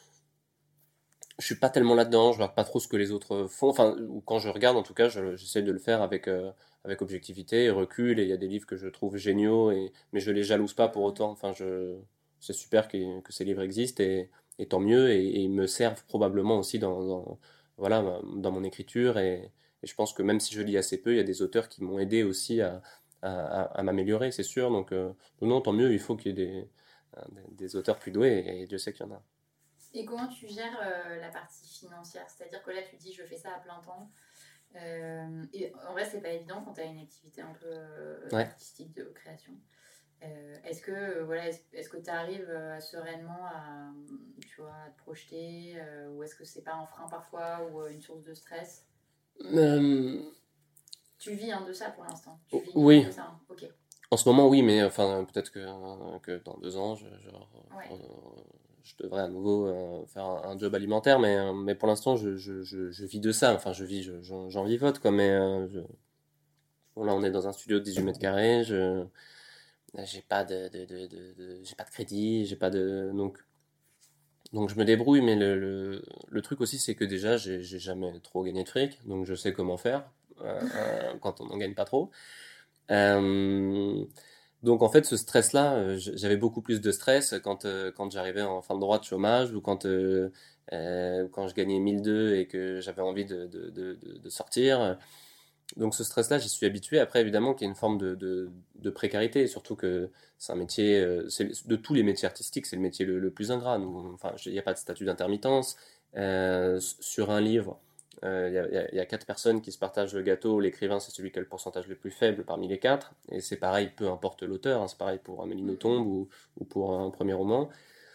je suis pas tellement là-dedans, je regarde pas trop ce que les autres font, enfin, ou quand je regarde en tout cas, je- j'essaie de le faire avec, euh, avec objectivité et recul, et il y a des livres que je trouve géniaux, et, mais je les jalouse pas pour autant, enfin, je, c'est super que, que ces livres existent, et, et tant mieux, et, et ils me servent probablement aussi dans, dans, voilà, dans mon écriture, et, et je pense que même si je lis assez peu, il y a des auteurs qui m'ont aidé aussi à, à, à- à m'améliorer, c'est sûr, donc euh, non, tant mieux, il faut qu'il y ait des, des, des auteurs plus doués, et Dieu sait qu'il y en a. Et comment tu gères euh, la partie financière? C'est-à-dire que là, tu dis, je fais ça à plein temps. Euh, et en vrai, c'est pas évident quand tu as une activité un peu euh, Ouais. artistique de création. Euh, est-ce que euh, voilà, est-ce, est-ce que tu arrives euh, sereinement à, tu vois, à te projeter euh, ou est-ce que c'est pas un frein parfois ou euh, une source de stress? Euh, Tu vis hein, de ça pour l'instant. Tu vis oui. de ça. Hein. Ok. En ce moment, oui, mais enfin, peut-être que, que dans deux ans, je, je, Ouais. euh, je devrais à nouveau euh, faire un, un job alimentaire, mais, euh, mais pour l'instant, je, je, je, je vis de ça. Enfin, je vis, je- j'en, j'en vivote, quoi. Mais euh, je- bon, là, on est dans un studio de dix-huit mètres carrés. Je, j'ai pas de, de, de, de- de- j'ai pas de crédit, j'ai pas de, donc, donc je me débrouille. Mais le, le, le truc aussi, c'est que déjà, j'ai, j'ai jamais trop gagné de fric, donc je sais comment faire euh, euh, quand on n'en gagne pas trop. Euh, donc en fait, ce stress-là, euh, j- j'avais beaucoup plus de stress quand, euh, quand j'arrivais en fin de droit de chômage ou quand, euh, euh, quand je gagnais mille deux et que j'avais envie de, de, de, de- de sortir. Donc ce stress-là, j'y suis habitué. Après, évidemment, qu'il y a une forme de, de, de précarité, et surtout que c'est un métier, euh, c'est, de tous les métiers artistiques, c'est le métier le, le plus ingrat. Nous, enfin, il n'y a pas de statut d'intermittence. Euh, s- sur un livre, Il euh, y, y, y a quatre personnes qui se partagent le gâteau. L'écrivain, c'est celui qui a le pourcentage le plus faible parmi les quatre. Et c'est pareil, peu importe l'auteur. Hein, c'est pareil pour Amélie Nothomb ou, ou pour un premier roman.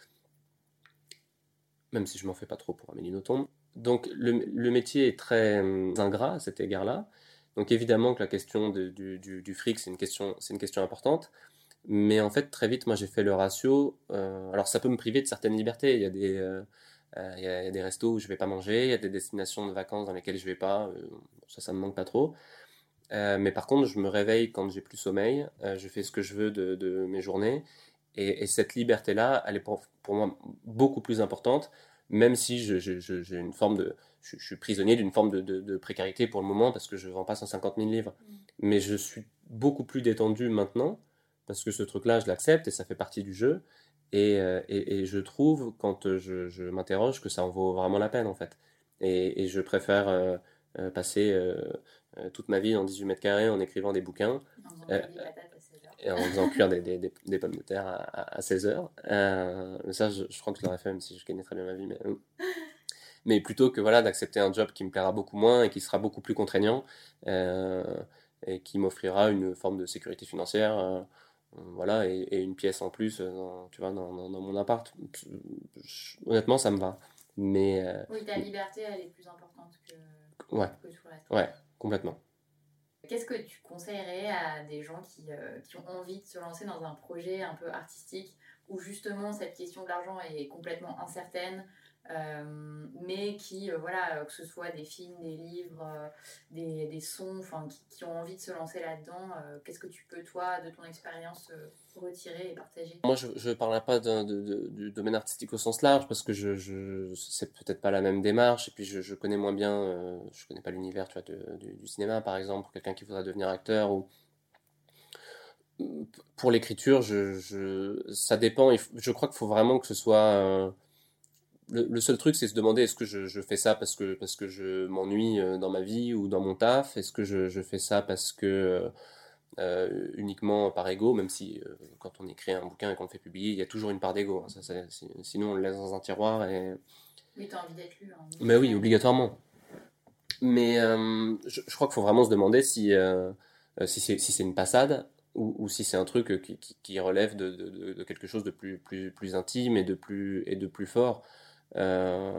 Même si je m'en fais pas trop pour Amélie Nothomb. Donc le, le métier est très euh, ingrat à cet égard-là. Donc évidemment que la question de, du, du, du fric, c'est une question, c'est une question importante. Mais en fait, très vite, moi, j'ai fait le ratio. Euh, alors ça peut me priver de certaines libertés. Il y a des... Euh, Il euh, y, y a des restos où je vais pas manger, il y a des destinations de vacances dans lesquelles je vais pas, euh, ça, ça me manque pas trop. Euh, mais par contre, je me réveille quand j'ai plus sommeil, euh, je fais ce que je veux de, de mes journées, et, et cette liberté-là, elle est pour, pour moi beaucoup plus importante, même si je, je, je, j'ai une forme de, je, je suis prisonnier d'une forme de, de, de précarité pour le moment, parce que je vends pas cent cinquante mille livres. Mmh. Mais je suis beaucoup plus détendu maintenant, parce que ce truc-là, je l'accepte, et ça fait partie du jeu. Et, et, et je trouve, quand je, je m'interroge, que ça en vaut vraiment la peine, en fait. Et, et je préfère euh, euh, passer euh, euh, toute ma vie dans dix-huit mètres carrés en écrivant des bouquins. En faisant euh, des patates à seize heures. Et en faisant cuire des, des, des, des pommes de terre à, à, à seize heures. Euh, ça, je, je crois que je l'aurais fait, même si je gagnais très bien ma vie. Mais, euh, mais plutôt que voilà, d'accepter un job qui me plaira beaucoup moins et qui sera beaucoup plus contraignant, euh, et qui m'offrira une forme de sécurité financière. Euh, Voilà, et, et une pièce en plus dans, tu vois, dans, dans, dans mon appart. Je, honnêtement, ça me va. Mais, euh, oui, ta liberté, elle est plus importante que, ouais, que tout le reste. Ouais, complètement. Qu'est-ce que tu conseillerais à des gens qui, euh, qui ont envie de se lancer dans un projet un peu artistique où justement cette question de l'argent est complètement incertaine, euh, mais qui, euh, voilà, que ce soit des films, des livres, euh, des, des sons, enfin, qui, qui ont envie de se lancer là-dedans, euh, qu'est-ce que tu peux, toi, de ton expérience, euh, retirer et partager? Moi, je ne parlerai pas de, de, de, du domaine artistique au sens large, parce que je, je, c'est peut-être pas la même démarche, et puis je, je connais moins bien, euh, je connais pas l'univers, tu vois, de, du, du cinéma, par exemple, pour quelqu'un qui voudrait devenir acteur, ou pour l'écriture, je, je, ça dépend, je crois qu'il faut vraiment que ce soit... Euh, Le, le seul truc, c'est se demander, est-ce que je, je fais ça parce que, parce que je m'ennuie dans ma vie ou dans mon taf? Est-ce que je, je fais ça parce que euh, uniquement par ego, même si euh, quand on écrit un bouquin et qu'on le fait publier, il y a toujours une part d'ego. Hein, ça, ça, sinon, on le laisse dans un tiroir et... Oui, t'as envie d'être lu. Hein, mais oui, obligatoirement. Mais euh, je, je crois qu'il faut vraiment se demander si, euh, si, c'est, si c'est une passade ou, ou si c'est un truc qui, qui, qui relève de, de, de quelque chose de plus, plus, plus intime et de plus, et de plus fort. Euh,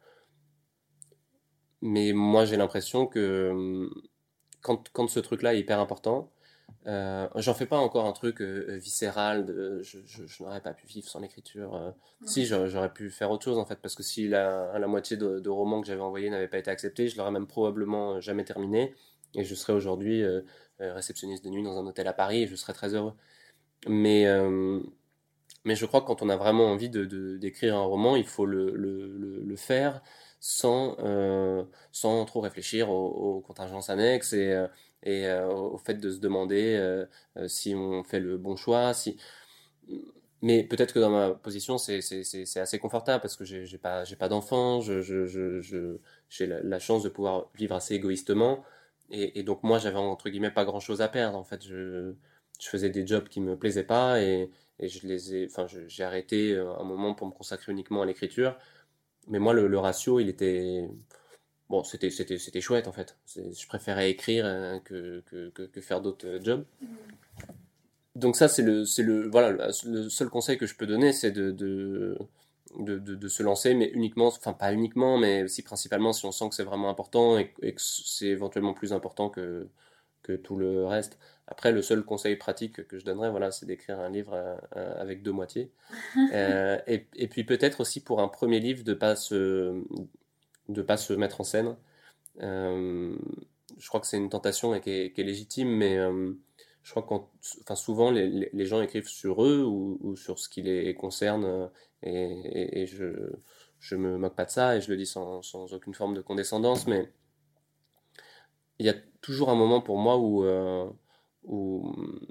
mais moi j'ai l'impression que quand, quand ce truc là est hyper important, euh, j'en fais pas encore un truc euh, viscéral de, je, je, je n'aurais pas pu vivre sans l'écriture, euh, mmh. Si j'aurais, j'aurais pu faire autre chose en fait, parce que si la, la moitié de, de romans que j'avais envoyés n'avaient pas été acceptés, je l'aurais même probablement jamais terminé et je serais aujourd'hui euh, réceptionniste de nuit dans un hôtel à Paris et je serais très heureux. Mais euh, Mais je crois que quand on a vraiment envie de, de, d'écrire un roman, il faut le, le, le, le faire sans, euh, sans trop réfléchir aux, aux contingences annexes et, euh, et euh, au fait de se demander euh, euh, si on fait le bon choix. Si... Mais peut-être que dans ma position, c'est, c'est, c'est, c'est assez confortable parce que j'ai, j'ai pas, j'ai pas d'enfant, je, je, je, je, j'ai la, la chance de pouvoir vivre assez égoïstement. Et, et donc moi, j'avais entre guillemets pas grand-chose à perdre. En fait, je, je faisais des jobs qui me plaisaient pas et et je les ai, enfin, je, j'ai arrêté un moment pour me consacrer uniquement à l'écriture. Mais moi, le, le ratio, il était, bon, c'était, c'était, c'était chouette en fait. C'est, je préférais écrire hein, que, que, que, que faire d'autres jobs. Mmh. Donc ça, c'est le, c'est le, voilà, le seul conseil que je peux donner, c'est de, de, de, de, de se lancer, mais uniquement, enfin pas uniquement, mais aussi principalement si on sent que c'est vraiment important et, et que c'est éventuellement plus important que que tout le reste. Après, le seul conseil pratique que je donnerais, voilà, c'est d'écrire un livre euh, avec deux moitiés. euh, et, et puis peut-être aussi pour un premier livre, de pas se, de pas se mettre en scène. Euh, je crois que c'est une tentation et qui est, qui est légitime, mais euh, je crois que enfin, souvent les, les gens écrivent sur eux ou, ou sur ce qui les concerne, et, et, et je je me moque pas de ça et je le dis sans, sans aucune forme de condescendance, mais il y a toujours un moment pour moi où, euh, où,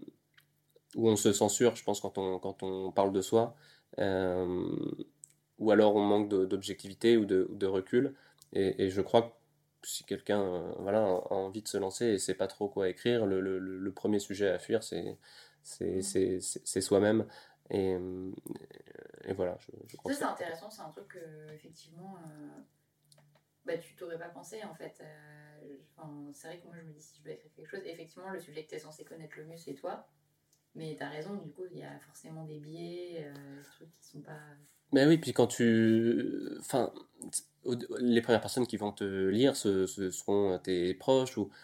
où on se censure, je pense, quand on, quand on parle de soi, euh, ou alors on manque de, d'objectivité ou de, de recul. Et, et je crois que si quelqu'un euh, voilà, a envie de se lancer et ne sait pas trop quoi écrire, le, le, le premier sujet à fuir, c'est, c'est, c'est, c'est, c'est soi-même. Et, et voilà, je, je crois ça, que c'est intéressant, c'est un truc que, effectivement... Euh... bah, tu t'aurais pas pensé en fait. Euh, enfin, c'est vrai que moi je me dis si je dois écrire quelque chose, effectivement le sujet que tu es censé connaître le mieux c'est toi, mais tu as raison, du coup il y a forcément des biais, euh, des trucs qui sont pas... Mais oui, puis quand tu... Enfin, au- les premières personnes qui vont te lire, ce, ce seront tes proches ou...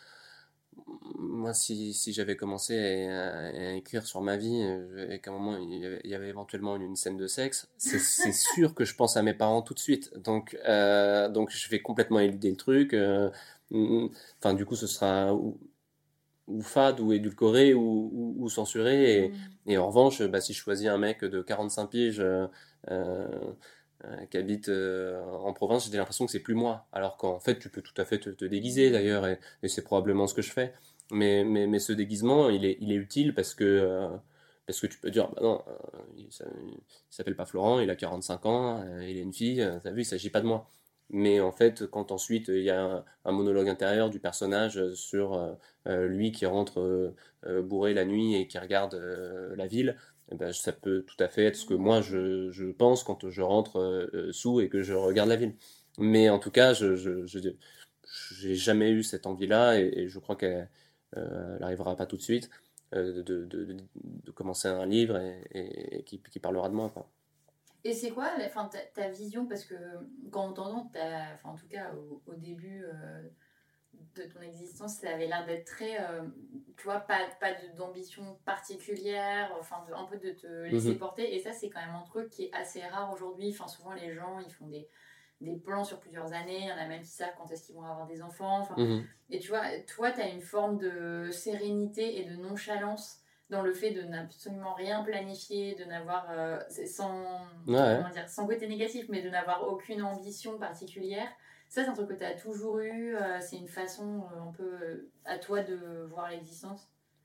Moi, si, si j'avais commencé à, à écrire sur ma vie euh, et qu'à un moment il y avait, il y avait éventuellement une, une scène de sexe, c'est, c'est sûr que je pense à mes parents tout de suite. Donc, euh, donc je vais complètement éluder le truc. euh, mm, Enfin, du coup, ce sera ou, ou fade, ou édulcoré, ou, ou, ou censuré. Et, Mm. et en revanche, bah, si je choisis un mec de quarante-cinq piges euh, euh, euh, qui habite euh, en province, j'ai l'impression que c'est plus moi. Alors qu'en fait, tu peux tout à fait te, te déguiser d'ailleurs, et, et c'est probablement ce que je fais. Mais, mais, mais ce déguisement, il est, il est utile parce que, euh, parce que tu peux dire, bah non, euh, il, ça- il s'appelle pas Florent, il a quarante-cinq ans, euh, il est une fille, euh, t'as vu, il s'agit pas de moi. Mais en fait, quand ensuite il y a un, un monologue intérieur du personnage sur euh, euh, lui qui rentre euh, euh, bourré la nuit et qui regarde euh, la ville, eh ben, ça peut tout à fait être ce que moi je, je pense quand je rentre euh, euh, sous et que je regarde la ville. Mais en tout cas, je, je, je- j'ai jamais eu cette envie-là et, et je crois qu'elle euh, elle arrivera pas tout de suite euh, de, de, de, de commencer un livre et, et- et qui, qui parlera de moi, quoi. Et c'est quoi la- enfin, ta, ta vision, parce que quand on t'entend, t'as- enfin, en tout cas au, au début euh, de ton existence, ça avait l'air d'être très, euh, tu vois, pas, pas de- d'ambition particulière, enfin de- un peu de te laisser Mhm. porter, et ça c'est quand même un truc qui est assez rare aujourd'hui. Enfin, souvent les gens ils font des, des plans sur plusieurs années, il y en a même qui savent quand est-ce qu'ils vont avoir des enfants, enfin, Mhm. et tu vois, toi tu as une forme de sérénité et de nonchalance dans le fait de n'absolument rien planifier, de n'avoir, euh, c'est sans, Ouais, ouais. comment dire, sans côté négatif, mais de n'avoir aucune ambition particulière. Ça, c'est un truc que tu as toujours eu, euh, c'est une façon euh, un peu euh, à toi de voir l'existence.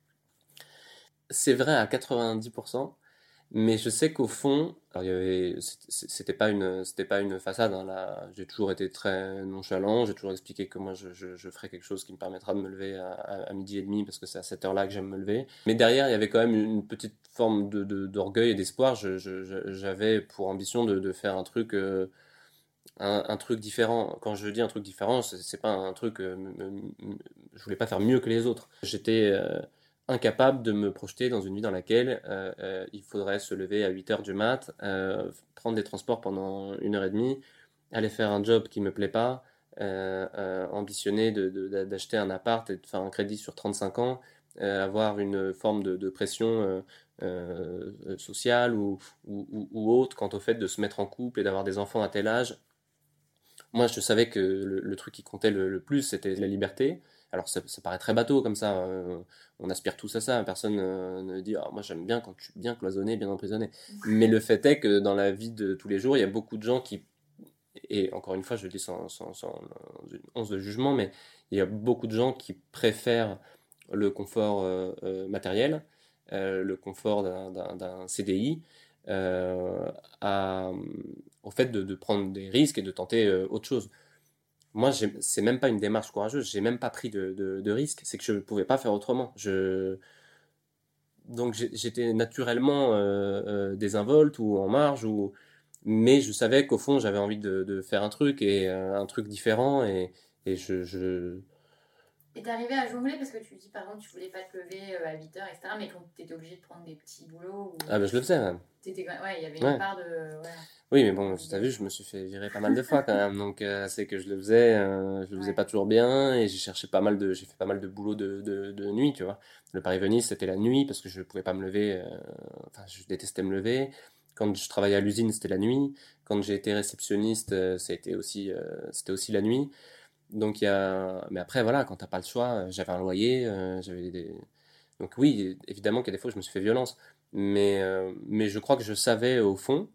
C'est vrai à quatre-vingt-dix pour cent. Mais je sais qu'au fond, alors il y avait, c'était c'était pas une, c'était pas une façade, hein, là. J'ai toujours été très nonchalant. J'ai toujours expliqué que moi, je, je, je ferais quelque chose qui me permettra de me lever à, à, à midi et demi parce que c'est à cette heure-là que j'aime me lever. Mais derrière, il y avait quand même une petite forme de, de- d'orgueil et d'espoir. Je, je- je- j'avais pour ambition de, de faire un truc, euh, un, un truc différent. Quand je dis un truc différent, c'est c'est pas un truc, euh, me- me- me- je voulais pas faire mieux que les autres. J'étais euh, incapable de me projeter dans une vie dans laquelle euh, euh, il faudrait se lever à huit heures du mat, euh, prendre des transports pendant une heure et demie, aller faire un job qui me plaît pas, euh, euh, ambitionner de, de- d'acheter un appart et de faire un crédit sur trente-cinq ans, euh, avoir une forme de, de pression euh, euh, sociale ou, ou, ou- ou autre quant au fait de se mettre en couple et d'avoir des enfants à tel âge. Moi, je savais que le, le truc qui comptait le, le plus, c'était la liberté. Alors, ça, ça paraît très bateau comme ça. euh, on aspire tous à ça. Personne euh, ne dit, ah, moi, j'aime bien quand je suis bien cloisonné, bien emprisonné. Mais le fait est que dans la vie de tous les jours, il y a beaucoup de gens qui, et encore une fois, je le dis sans, sans, sans une once de jugement, mais il y a beaucoup de gens qui préfèrent le confort euh, euh, matériel, euh, le confort d'un d'un- d'un C D I, euh, à, au fait de, de prendre des risques et de tenter euh, autre chose. Moi, j'ai- c'est même pas une démarche courageuse, j'ai même pas pris de, de, de risque, c'est que je ne pouvais pas faire autrement. Je... Donc j'ai- j'étais naturellement euh, euh, désinvolte ou en marge, ou... mais je savais qu'au fond j'avais envie de, de faire un truc et euh, un truc différent et, et je, je... Et t'es arrivé à jongler parce que tu dis, par exemple, tu voulais pas te lever euh, à huit heures, et cetera. Mais quand t'étais obligé de prendre des petits boulots, ou Ah ben je le faisais, ouais. t'étais quand même... Ouais, il y avait une Ouais. part de... Ouais. Oui, mais bon, tu as vu, je me suis fait virer pas mal de fois quand même, donc euh, c'est que je le faisais, euh, je le faisais Ouais. pas toujours bien et j'ai cherché pas mal de, j'ai fait pas mal de boulot de, de, de nuit, tu vois. Le Paris-Venise, c'était la nuit parce que je pouvais pas me lever, euh, enfin, je détestais me lever. Quand je travaillais à l'usine, c'était la nuit. Quand j'ai été réceptionniste, euh, ça a été aussi, euh, c'était aussi la nuit. Donc il y a, mais après voilà, quand t'as pas le choix, euh, j'avais un loyer, euh, j'avais des, donc oui, évidemment qu'il y a des fois où je me suis fait violence, mais euh, mais je crois que je savais au fond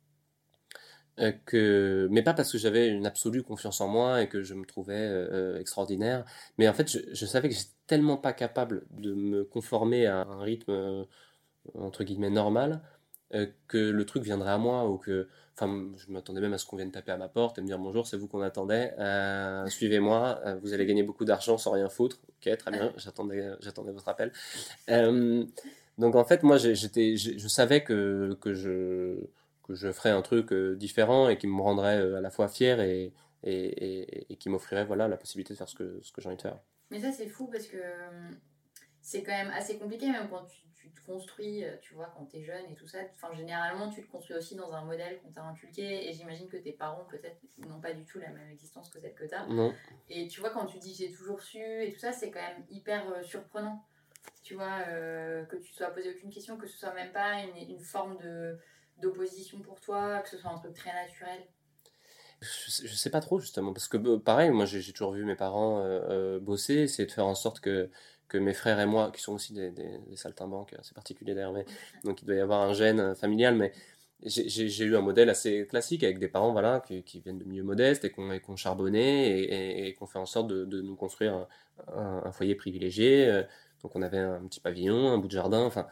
euh, que, mais pas parce que j'avais une absolue confiance en moi et que je me trouvais euh, extraordinaire, mais en fait, je, je savais que j'étais tellement pas capable de me conformer à un rythme euh, entre guillemets normal euh, que le truc viendrait à moi ou que, enfin, je m'attendais même à ce qu'on vienne taper à ma porte et me dire bonjour, c'est vous qu'on attendait, euh, suivez-moi, euh, vous allez gagner beaucoup d'argent sans rien foutre. Ok, très bien, j'attendais, j'attendais votre appel. Euh, donc en fait, moi, j'ai- j'étais, j'ai- je savais que, que je, que je ferais un truc euh, différent et qui me rendrait euh, à la fois fier et, et, et, et qui m'offrirait voilà, la possibilité de faire ce que, ce que j'ai envie de faire. Mais ça, c'est fou parce que c'est quand même assez compliqué, même quand tu, tu te construis, tu vois, quand t'es jeune et tout ça. Enfin, généralement, tu te construis aussi dans un modèle qu'on t'a inculqué, et j'imagine que tes parents, peut-être, n'ont pas du tout la même existence que celle que t'as. Non. Et tu vois, quand tu dis j'ai toujours su et tout ça, c'est quand même hyper euh, surprenant. Tu vois, euh, que tu sois posé aucune question, que ce soit même pas une, une forme de, d'opposition pour toi, que ce soit un truc très naturel. Je sais, je sais pas trop justement, parce que pareil, moi j'ai, j'ai toujours vu mes parents euh, euh, bosser, essayer de faire en sorte que, que mes frères et moi, qui sont aussi des, des, des saltimbanques assez particuliers d'ailleurs, mais, donc il doit y avoir un gène familial, mais j'ai, j'ai, j'ai eu un modèle assez classique avec des parents voilà, qui, qui viennent de milieux modestes et qu'on, et qu'on charbonnait et, et, et qu'on fait en sorte de, de nous construire un, un, un foyer privilégié. Donc on avait un petit pavillon, un bout de jardin, enfin.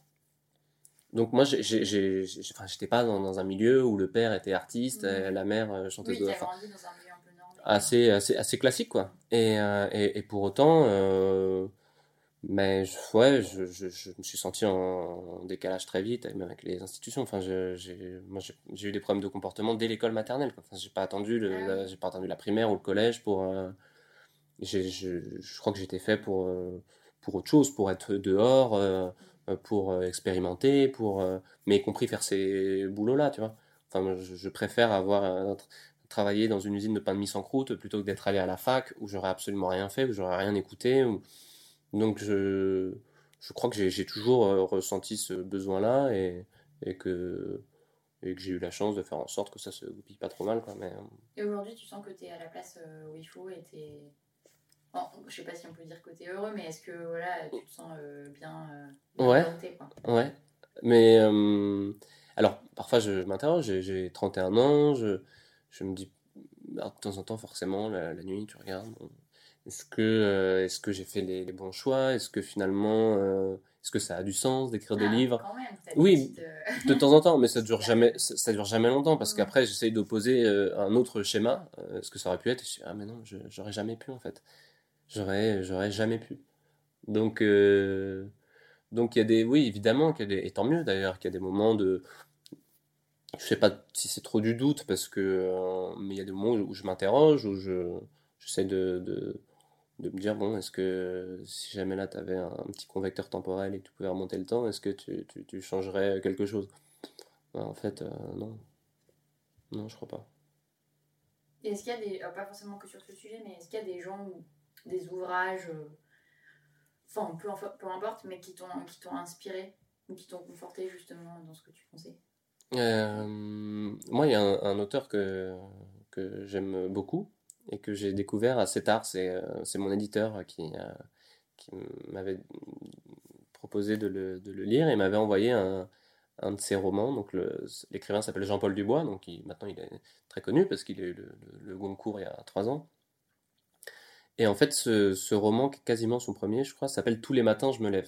Donc moi, j'ai, j'ai, j'ai, j'ai, enfin, j'étais pas dans, dans un milieu où le père était artiste, mmh. et la mère euh, chanteuse oui, de... Oui, t'as grandi dans un milieu un peu normal. Assez, assez, assez classique, quoi. Et, euh, et, et pour autant, euh, mais je, ouais, je, je, je me suis senti en, en décalage très vite, même avec les institutions. Enfin, je, j'ai, moi, j'ai, j'ai eu des problèmes de comportement dès l'école maternelle, quoi. Enfin, j'ai pas attendu le, ah, la, j'ai pas attendu la primaire ou le collège pour... Euh, j'ai, je, je crois que j'étais fait pour, euh, pour autre chose, pour être dehors... Euh, pour expérimenter, pour, mais y compris faire ces boulots-là, tu vois. Enfin, je, je préfère avoir euh, travaillé dans une usine de pain de mie sans croûte plutôt que d'être allé à la fac où j'aurais absolument rien fait, où j'aurais rien écouté. Où... Donc, je, je crois que j'ai, j'ai toujours euh, ressenti ce besoin-là et, et, que, et que j'ai eu la chance de faire en sorte que ça se goupille pas trop mal, quoi. Mais, euh... Et aujourd'hui, tu sens que tu es à la place euh, où il faut et t'es... Bon, je sais pas si on peut dire que t'es heureux, mais est-ce que voilà, tu te sens euh, bien, euh, bien ouais, orienté, quoi. Ouais, mais euh, alors parfois je m'interroge, j'ai, j'ai trente et un ans, je, je me dis alors, de temps en temps forcément la, la nuit tu regardes, bon, est-ce que, euh, est-ce que j'ai fait les, les bons choix, est-ce que finalement euh, est-ce que ça a du sens d'écrire des ah, livres? Quand même, t'as oui, petites, euh... de temps en temps, mais ça dure jamais, ça, ça dure jamais longtemps parce qu'après j'essaye d'opposer euh, un autre schéma, euh, ce que ça aurait pu être, et je dis ah mais non, je, j'aurais jamais pu en fait, j'aurais, j'aurais jamais pu. Donc euh, Donc il y a des, oui évidemment qu'il y a des, et tant mieux d'ailleurs qu'il y a des moments de, je sais pas si c'est trop du doute parce que, euh, mais il y a des moments où je m'interroge, où je, j'essaie de, de, de me dire bon est-ce que si jamais là tu avais un, un petit convecteur temporel et que tu pouvais remonter le temps, est-ce que tu, tu, tu changerais quelque chose? Ben, en fait euh, non, non je crois pas. Et est-ce qu'il y a des, pas forcément que sur ce sujet, mais est-ce qu'il y a des gens, des ouvrages euh... enfin peu, peu importe, mais qui t'ont, qui t'ont inspiré ou qui t'ont conforté justement dans ce que tu pensais? euh, Moi, il y a un, un auteur que, que j'aime beaucoup et que j'ai découvert assez tard. C'est, euh, c'est mon éditeur qui, euh, qui m'avait proposé de le, de le lire et m'avait envoyé un, un de ses romans. Donc le, l'écrivain s'appelle Jean-Paul Dubois, donc il, maintenant il est très connu parce qu'il a eu le, le, le Goncourt il y a trois ans. Et en fait, ce, ce roman, quasiment son premier, je crois, s'appelle Tous les matins, je me lève.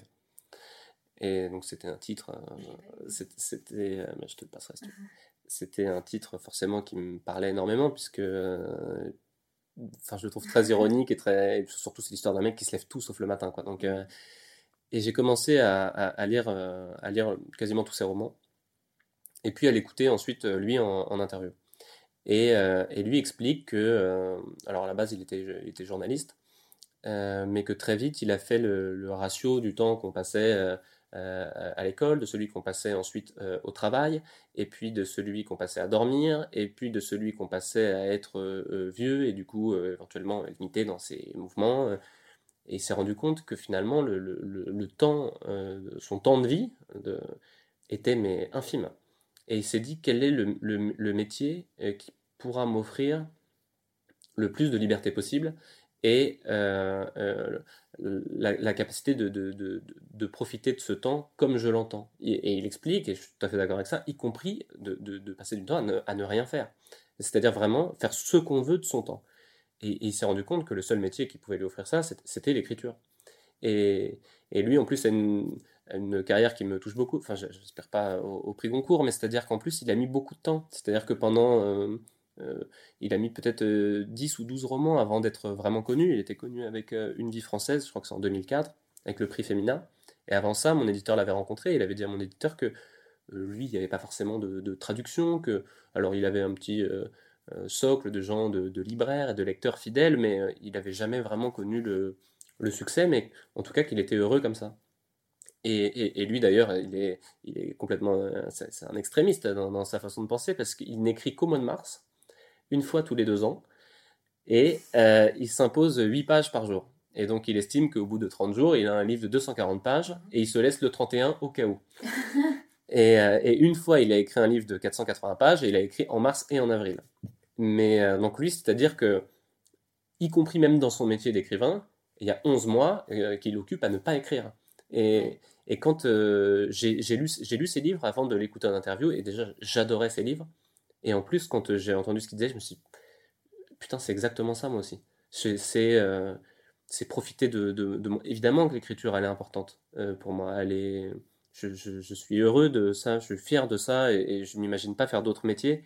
Et donc, c'était un titre. Euh, c'était. c'était euh, je te le passerai si tu veux. Mm-hmm. C'était un titre, forcément, qui me parlait énormément, puisque. Euh, enfin, je le trouve très ironique et très. Et surtout, c'est l'histoire d'un mec qui se lève tout sauf le matin, quoi. Donc. Euh, et j'ai commencé à, à, à, lire, euh, à lire quasiment tous ses romans. Et puis à l'écouter ensuite, lui, en, en interview. Et, euh, et lui explique que, euh, alors à la base il était, il était journaliste, euh, mais que très vite il a fait le, le ratio du temps qu'on passait euh, euh, à l'école, de celui qu'on passait ensuite euh, au travail, et puis de celui qu'on passait à dormir, et puis de celui qu'on passait à être euh, vieux, et du coup euh, éventuellement limité dans ses mouvements. Euh, et il s'est rendu compte que finalement le, le, le, le temps, euh, son temps de vie de, était mais infime. Et il s'est dit quel est le, le, le métier euh, qui pourra m'offrir le plus de liberté possible et euh, euh, la, la capacité de, de, de, de profiter de ce temps comme je l'entends. Et, et il explique, et je suis tout à fait d'accord avec ça, y compris de, de, de passer du temps à ne, à ne rien faire. C'est-à-dire vraiment faire ce qu'on veut de son temps. Et, et il s'est rendu compte que le seul métier qui pouvait lui offrir ça, c'était, c'était l'écriture. Et, et lui, en plus, a une, une carrière qui me touche beaucoup. Enfin, j'espère pas au, au prix Goncourt, mais c'est-à-dire qu'en plus, il a mis beaucoup de temps. C'est-à-dire que pendant... Euh, euh, il a mis peut-être euh, dix ou douze romans avant d'être vraiment connu. Il était connu avec euh, Une vie française, je crois que c'est en deux mille quatre, avec le prix Femina. Et avant ça, mon éditeur l'avait rencontré. Il avait dit à mon éditeur que euh, lui, il n'y avait pas forcément de, de traduction. Que, alors, il avait un petit... Euh, euh, socle de gens, de, de libraires et de lecteurs fidèles, mais euh, il n'avait jamais vraiment connu le, le succès, mais en tout cas qu'il était heureux comme ça. Et, et, et lui d'ailleurs, il est, il est complètement, c'est, c'est un extrémiste dans, dans sa façon de penser, parce qu'il n'écrit qu'au mois de mars, une fois tous les deux ans, et euh, il s'impose huit pages par jour. Et donc il estime qu'au bout de trente jours, il a un livre de deux cent quarante pages, et il se laisse le trente et un au cas où. et, euh, et une fois, il a écrit un livre de quatre cent quatre-vingts pages, et il a écrit en mars et en avril. Mais euh, donc lui, c'est-à-dire que, y compris même dans son métier d'écrivain, il y a onze mois euh, qu'il occupe à ne pas écrire. Et, et quand euh, j'ai, j'ai, lu, j'ai lu ses livres avant de l'écouter en interview, et déjà j'adorais ses livres, et en plus quand euh, j'ai entendu ce qu'il disait, je me suis dit, putain, c'est exactement ça moi aussi. C'est, c'est, euh, c'est profiter de, de, de mon... Évidemment que l'écriture elle est importante euh, pour moi, elle est... je, je, je suis heureux de ça, je suis fier de ça, et, et je m'imagine pas faire d'autres métiers,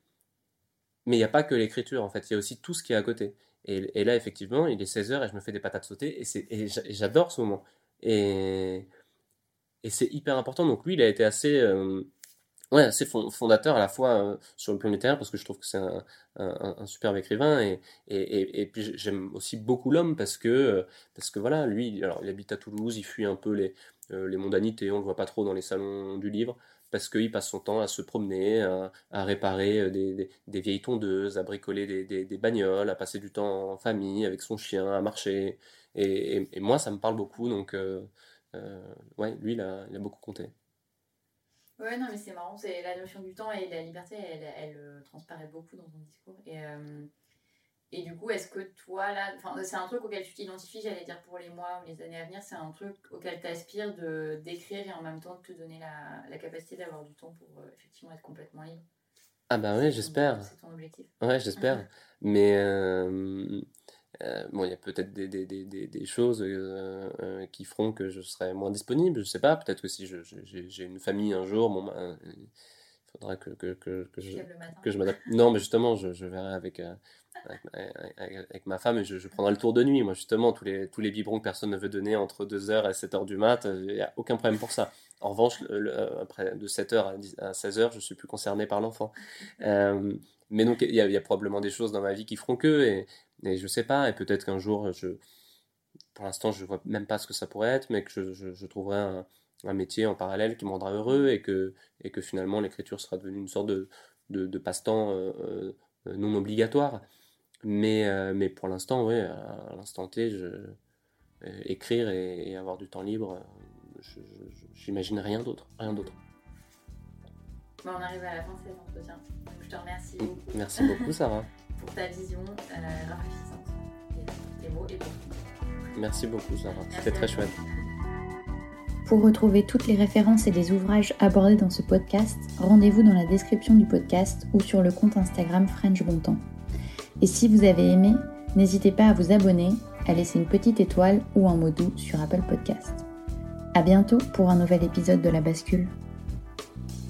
mais il n'y a pas que l'écriture en fait, il y a aussi tout ce qui est à côté. Et, et là effectivement, il est seize heures et je me fais des patates sautées, et, c'est, et j'adore ce moment. Et, et c'est hyper important. Donc lui, il a été assez, euh, ouais, assez fondateur à la fois euh, sur le plan littéraire, parce que je trouve que c'est un, un, un superbe écrivain, et, et, et, et puis j'aime aussi beaucoup l'homme, parce que, parce que voilà, lui, alors, il habite à Toulouse, il fuit un peu les, euh, les mondanités, on le voit pas trop dans les salons du livre, parce qu'il passe son temps à se promener, à, à réparer des, des, des vieilles tondeuses, à bricoler des, des, des bagnoles, à passer du temps en famille avec son chien, à marcher. Et, et, et moi, ça me parle beaucoup, donc euh, euh, ouais, lui, il a, il a beaucoup compté. Ouais, non, mais c'est marrant, c'est la notion du temps et de la liberté, elle, elle, elle transparaît beaucoup dans ton discours. Et, euh, et du coup, est-ce que toi, là, c'est un truc auquel tu t'identifies, j'allais dire pour les mois ou les années à venir, c'est un truc auquel tu aspires de, d'écrire et en même temps de te donner la, la capacité d'avoir du temps pour euh, effectivement être complètement libre? Ah bah oui, j'espère. C'est ton objectif. Ouais, j'espère. Mm-hmm. Mais euh, euh, bon, il y a peut-être des, des, des, des choses euh, euh, qui feront que je serai moins disponible. Je sais pas. Peut-être que si je, je, j'ai, j'ai une famille un jour, bon, bah, il faudra que, que, que, que, je, que je m'adapte. Non, mais justement, je, je verrai avec, euh, avec, avec, avec ma femme, et je, je prendrai le tour de nuit. Moi, justement, tous les, tous les biberons que personne ne veut donner entre deux heures et sept heures du mat, il n'y a aucun problème pour ça. En revanche, le, le, après, de sept heures à seize heures, je ne suis plus concerné par l'enfant. Euh, mais donc, il y, y a probablement des choses dans ma vie qui feront que, et, et je ne sais pas, et peut-être qu'un jour, je, pour l'instant, je ne vois même pas ce que ça pourrait être, mais que je, je, je trouverai un, un métier en parallèle qui me rendra heureux, et que, et que finalement, l'écriture sera devenue une sorte de, de, de passe-temps euh, euh, non obligatoire. Mais, euh, mais pour l'instant, oui, à, à l'instant T, je, euh, écrire et, et avoir du temps libre, je, je, j'imagine rien d'autre, rien d'autre. Bon, on arrive à la fin de cet entretien. Donc, je te remercie beaucoup. Merci beaucoup, Sarah. Pour ta vision euh, rafraîchissante. Et tes mots et pour tout. Merci beaucoup, Sarah. Merci. C'était très chouette. Pour retrouver toutes les références et les ouvrages abordés dans ce podcast, rendez-vous dans la description du podcast ou sur le compte Instagram French Bontemps. Et si vous avez aimé, n'hésitez pas à vous abonner, à laisser une petite étoile ou un mot doux sur Apple Podcast. À bientôt pour un nouvel épisode de La Bascule.